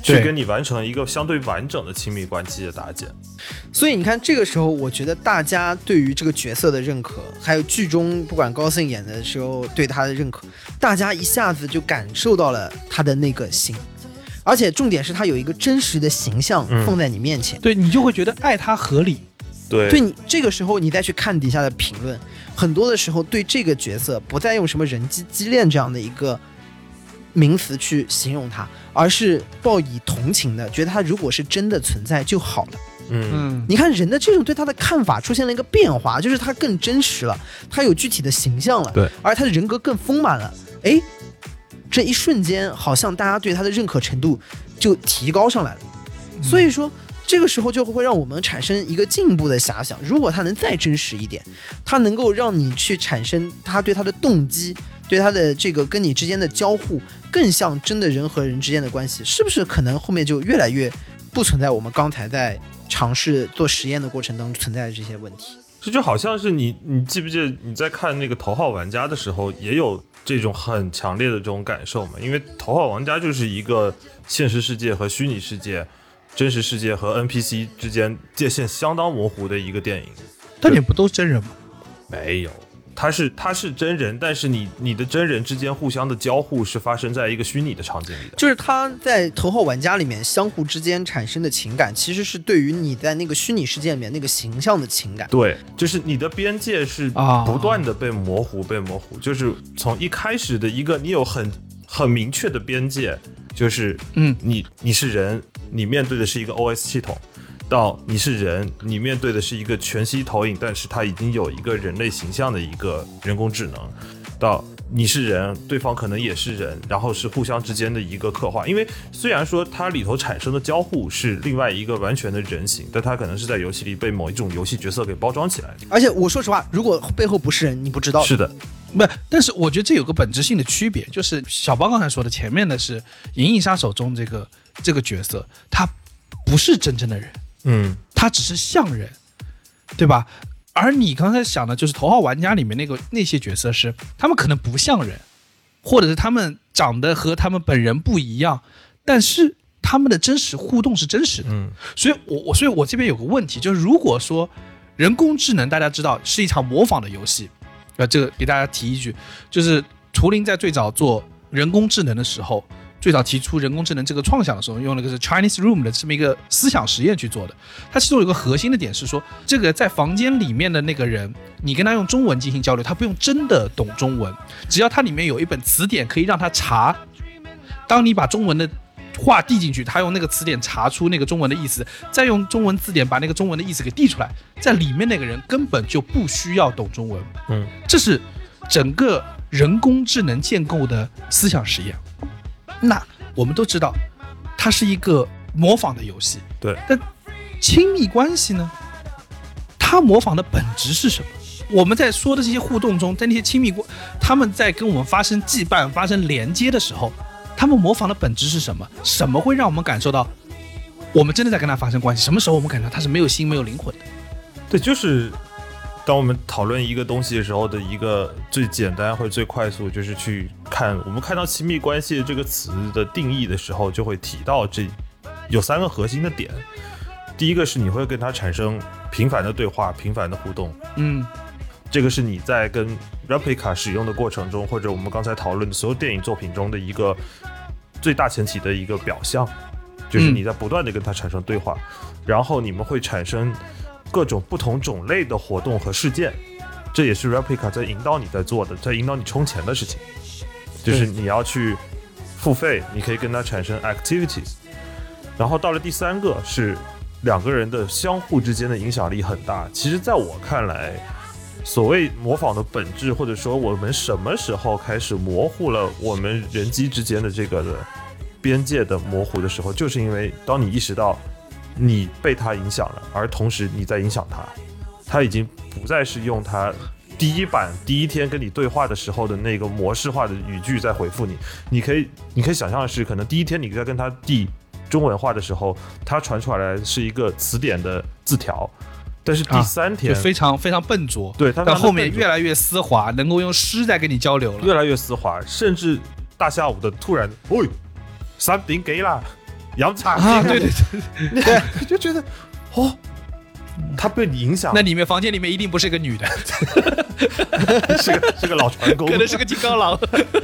去跟你完成一个相对完整的亲密关系的搭建。 所以你看，这个时候我觉得大家对于这个角色的认可，还有剧中不管高盛演的时候对他的认可，大家一下子就感受到了他的那个心，而且重点是他有一个真实的形象放在你面前， 对你就会觉得爱他合理。 对你这个时候你再去看底下的评论，很多的时候对这个角色不再用什么人机畸恋这样的一个名词去形容他，而是报以同情的，觉得他如果是真的存在就好了。你看人的这种对他的看法出现了一个变化，就是他更真实了，他有具体的形象了， 对， 而他的人格更丰满了。哎，这一瞬间好像大家对他的认可程度就提高上来了。所以说这个时候就会让我们产生一个进一步的遐想，如果他能再真实一点，他能够让你去产生他对他的动机，对他的这个跟你之间的交互更像真的人和人之间的关系，是不是可能后面就越来越不存在我们刚才在尝试做实验的过程当中存在的这些问题？ 这就好像是你记不记得你在看那个头号玩家的时候也有这种很强烈的这种感受嘛？因为头号玩家就是一个现实世界和虚拟世界、真实世界和 NPC 之间界限相当模糊的一个电影。 但你不都是真人吗？ 没有，他是真人，但是你的真人之间互相的交互是发生在一个虚拟的场景里的。 就是他在头号玩家里面相互之间产生的情感，其实是对于你在那个虚拟世界里面那个形象的情感。 对，就是你的边界是不断的被模糊，就是从一开始的一个你有很明确的边界，就是你是人，你面对的是一个 OS 系统，到你是人，你面对的是一个全息投影，但是它已经有一个人类形象的一个人工智能，到你是人，对方可能也是人，然后是互相之间的一个刻画。因为虽然说它里头产生的交互是另外一个完全的人形，但它可能是在游戏里被某一种游戏角色给包装起来的。 而且我说实话，如果背后不是人，你不知道。 是的。 不，但是我觉得这有个本质性的区别，就是小包刚才说的，前面的是《银翼杀手》中这个角色，他不是真正的人，他只是像人，对吧？而你刚才想的就是《头号玩家》里面那些角色是，他们可能不像人，或者是他们长得和他们本人不一样，但是他们的真实互动是真实的。所以我这边有个问题，就是如果说人工智能大家知道是一场模仿的游戏，这个给大家提一句，就是图灵在最早做人工智能的时候，最早提出人工智能这个创想的时候，用了个是 Chinese Room 的这么一个思想实验去做的。它其中有一个核心的点是说，这个在房间里面的那个人，你跟他用中文进行交流，他不用真的懂中文，只要它里面有一本词典可以让他查，当你把中文的话递进去，他用那个词典查出那个中文的意思，再用中文字典把那个中文的意思给递出来，在里面那个人根本就不需要懂中文。这是整个人工智能建构的思想实验。那我们都知道它是一个模仿的游戏， 对， 但亲密关系呢，它模仿的本质是什么？我们在说的这些互动中，在那些亲密关，他们在跟我们发生羁绊、发生连接的时候，他们模仿的本质是什么？什么会让我们感受到我们真的在跟他发生关系？什么时候我们感觉到他是没有心、没有灵魂的？ 对，就是当我们讨论一个东西的时候的一个最简单或者最快速，就是去看我们看到亲密关系这个词的定义的时候，就会提到这有3个核心的点。第一个是你会跟他产生频繁的对话、频繁的互动，这个是你在跟 Replica 使用的过程中，或者我们刚才讨论的所有电影作品中的一个最大前提的一个表象，就是你在不断的跟他产生对话，然后你们会产生各种不同种类的活动和事件，这也是 Replica 在引导你在做的，在引导你充钱的事情，就是你要去付费，你可以跟他产生 activities。 然后到了第3个是2个人的相互之间的影响力很大。其实在我看来，所谓模仿的本质，或者说我们什么时候开始模糊了我们人机之间的这个的边界的模糊的时候，就是因为当你意识到你被他影响了，而同时你在影响他，他已经不再是用他第一天跟你对话的时候的那个模式化的语句在回复你。你可以想象的是，可能第一天你在跟他递中文话的时候，他传出来是一个词典的字条，但是第3天就非常非常笨拙， 对，他到后面越来越丝滑，能够用诗在跟你交流了， 越来越丝滑，甚至大下午的突然，喂，3点几啦， 杨采啊，对， 就觉得哦，他被你影响， 那里面房间里面一定不是个女的， 是个老船工， 可能是个金刚狼。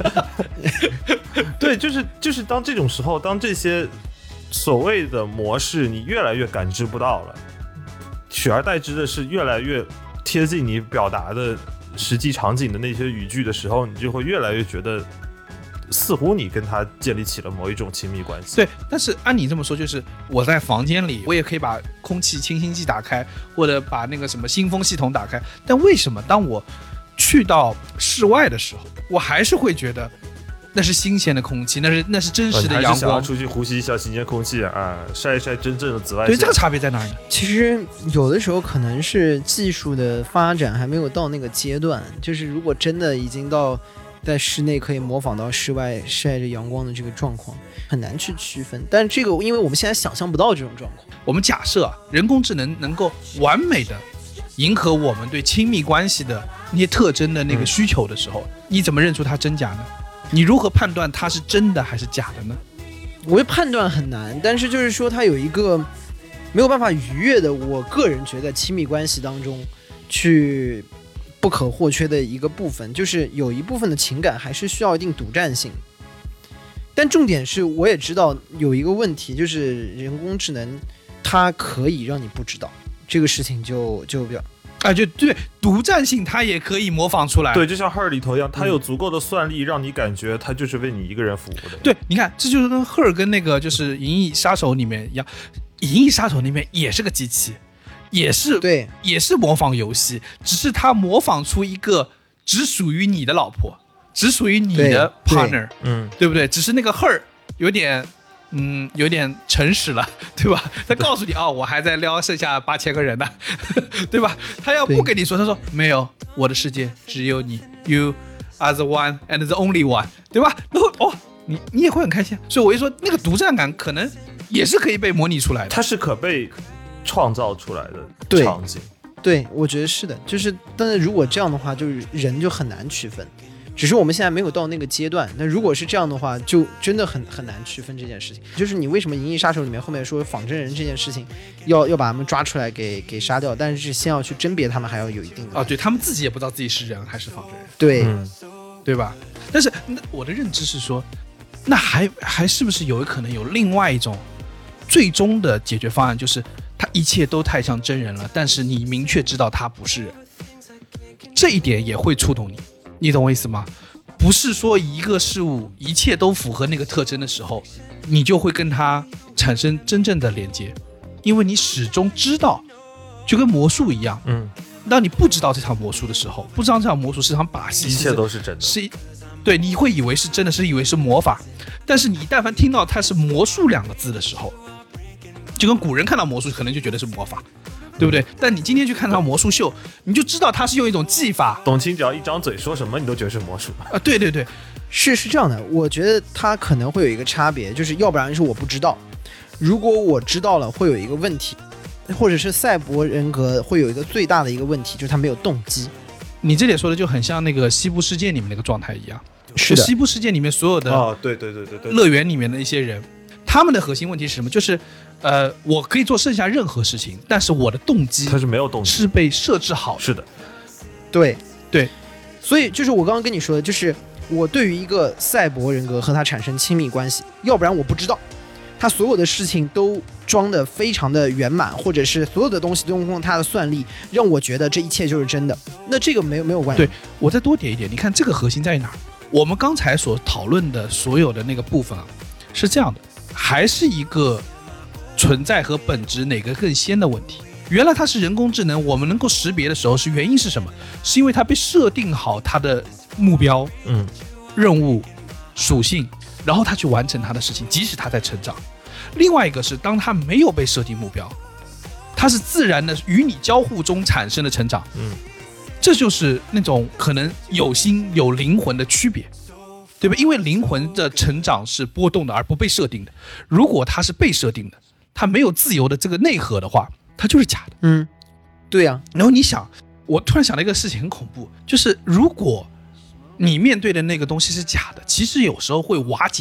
对，就是当这种时候，当这些所谓的模式你越来越感知不到了，取而代之的是越来越贴近你表达的实际场景的那些语句的时候，你就会越来越觉得似乎你跟他建立起了某一种亲密关系。 对，但是按你这么说，就是我在房间里，我也可以把空气清新剂打开，或者把那个什么新风系统打开，但为什么当我去到室外的时候，我还是会觉得那是新鲜的空气，那是真实的阳光， 还是想要出去呼吸一下新鲜空气啊，晒一晒真正的紫外线。 对，这个差别在哪儿呢？ 其实有的时候可能是技术的发展还没有到那个阶段，就是如果真的已经到在室内可以模仿到室外晒着阳光的这个状况，很难去区分。但是这个因为我们现在想象不到这种状况， 我们假设人工智能能够完美的迎合我们对亲密关系的那些特征的那个需求的时候，你怎么认出它真假呢？你如何判断它是真的还是假的呢？ 我会判断很难，但是就是说它有一个没有办法逾越的，我个人觉得亲密关系当中去不可或缺的一个部分，就是有一部分的情感还是需要一定独占性。但重点是，我也知道有一个问题，就是人工智能它可以让你不知道这个事情就比较啊，就对，独占性它也可以模仿出来。 对，就像 Her 里头一样，它有足够的算力，让你感觉它就是为你一个人服务的。 对，你看，这就是跟 Her 跟那个就是《银翼杀手》里面一样，《银翼杀手》里面也是个机器，也是模仿游戏，只是它模仿出一个只属于你的老婆，只属于你的 partner， 对不对？只是那个 Her 有点诚实了，对吧？他告诉你我还在撩剩下8000个人呢，对吧？他要不跟你说，他说没有，我的世界只有你 ，You are the one and the only one， 对吧？然后你也会很开心。所以我就说，那个独占感可能也是可以被模拟出来的， 它是可被创造出来的场景。 对，我觉得是的，就是但是如果这样的话，就是人就很难区分。只是我们现在没有到那个阶段，那如果是这样的话，就真的很难区分这件事情。就是你为什么《银翼杀手》里面后面说仿真人这件事情，要把他们抓出来给杀掉，但是先要去甄别他们，还要有一定的对他们自己也不知道自己是人还是仿真人， 对， 对吧？但是我的认知是说，那还是不是有可能有另外一种最终的解决方案，就是他一切都太像真人了，但是你明确知道他不是人，这一点也会触动你。你懂我意思吗？不是说一个事物一切都符合那个特征的时候，你就会跟它产生真正的连接，因为你始终知道，就跟魔术一样。当你不知道这场魔术的时候，不知道这场魔术是场把戏， 一切都是真的。 对，你会以为是真的，是以为是魔法，但是你但凡听到它是魔术2个字的时候，就跟古人看到魔术可能就觉得是魔法。对不对？但你今天去看他魔术秀，你就知道他是用一种技法。 董卿只要一张嘴说什么，你都觉得是魔术啊！对对对， 是这样的。我觉得他可能会有一个差别，就是要不然是我不知道，如果我知道了，会有一个问题，或者是赛博人格会有一个最大的一个问题，就是他没有动机。 你这点说的就很像那个西部世界里面那个状态一样。 是的， 西部世界里面所有的对乐园里面的一些人，他们的核心问题是什么？就是我可以做剩下任何事情，但是我的动机它是没有动机， 是被设置好的。 是的， 对， 所以就是我刚刚跟你说的，就是我对于一个赛博人格和他产生亲密关系，要不然我不知道他所有的事情都装得非常的圆满，或者是所有的东西都用他的算力让我觉得这一切就是真的，那这个没有关系。 对，我再多点一点，你看这个核心在于哪儿？我们刚才所讨论的所有的那个部分是这样的，还是一个存在和本质哪个更先的问题。原来它是人工智能，我们能够识别的时候，是原因是什么？是因为它被设定好它的目标、任务、属性，然后它去完成它的事情，即使它在成长。另外一个是，当它没有被设定目标，它是自然的与你交互中产生的成长。这就是那种可能有心有灵魂的区别，对吧？因为灵魂的成长是波动的，而不被设定的。如果它是被设定的，它没有自由的这个内核的话，它就是假的。 对呀。 然后你想，我突然想到一个事情很恐怖，就是如果你面对的那个东西是假的，其实有时候会瓦解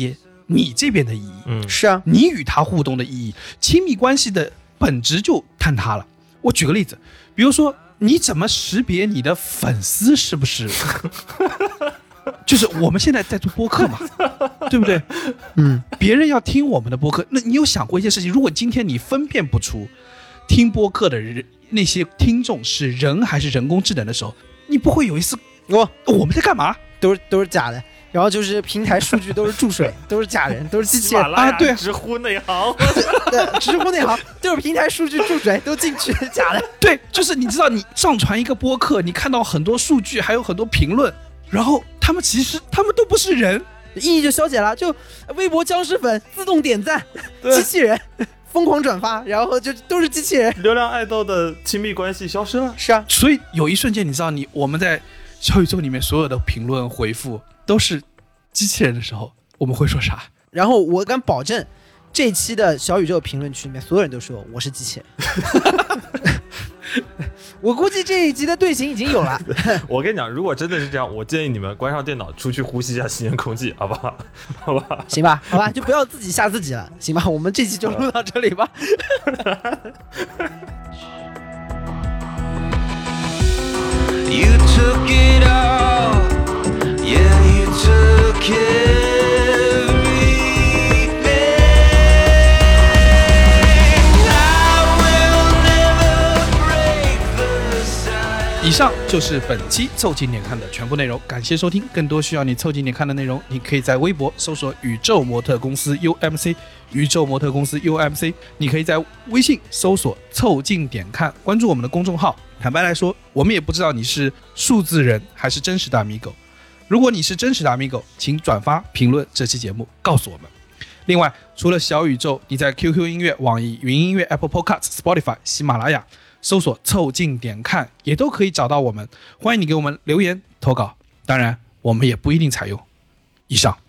你这边的意义， 是啊， 你与他互动的意义，亲密关系的本质就坍塌了。我举个例子，比如说你怎么识别你的粉丝是不是？就是我们现在在做播客嘛，对不对？别人要听我们的播客，那你有想过一件事情？如果今天你分辨不出听播客的人那些听众是人还是人工智能的时候，你不会有一丝我们在干嘛？ 都是假的。然后就是平台数据都是注水，都是假人，都是机器人啊！对， 知乎内行， 对，知乎内行都是平台数据注水，都进去假的。 对，就是你知道，你上传一个播客，你看到很多数据，还有很多评论，然后他们都不是人， 意义就消解了。就微博僵尸粉自动点赞，机器人疯狂转发，然后就都是机器人， 流量爱豆的亲密关系消失了。 是啊， 所以有一瞬间，你知道我们在小宇宙里面所有的评论回复都是机器人的时候，我们会说啥？ 然后我敢保证，这一期的小宇宙评论区里面，所有人都说我是机器人。我估计这一集的队形已经有了。 我跟你讲，如果真的是这样，我建议你们关上电脑，出去呼吸一下新鲜空气，好不好？好吧？ 行吧，好吧，就不要自己吓自己了，行吧？我们这期就录到这里吧。 You took it all, yeah, you took everything. I will never break the silence. 以上就是本期凑近点看的全部内容，感谢收听。更多需要你凑近点看的内容，你可以在微博搜索宇宙模特公司 UMC， 宇宙模特公司 UMC。你可以在微信搜索凑近点看，关注我们的公众号。坦白来说，我们也不知道你是数字人还是真实的Amigo。如果你是真实的Amigo，请转发评论这期节目，告诉我们。另外，除了小宇宙，你在 QQ 音乐、网易云音乐、Apple Podcasts、Spotify、喜马拉雅搜索凑近点看，也都可以找到我们。欢迎你给我们留言投稿，当然我们也不一定采用。以上。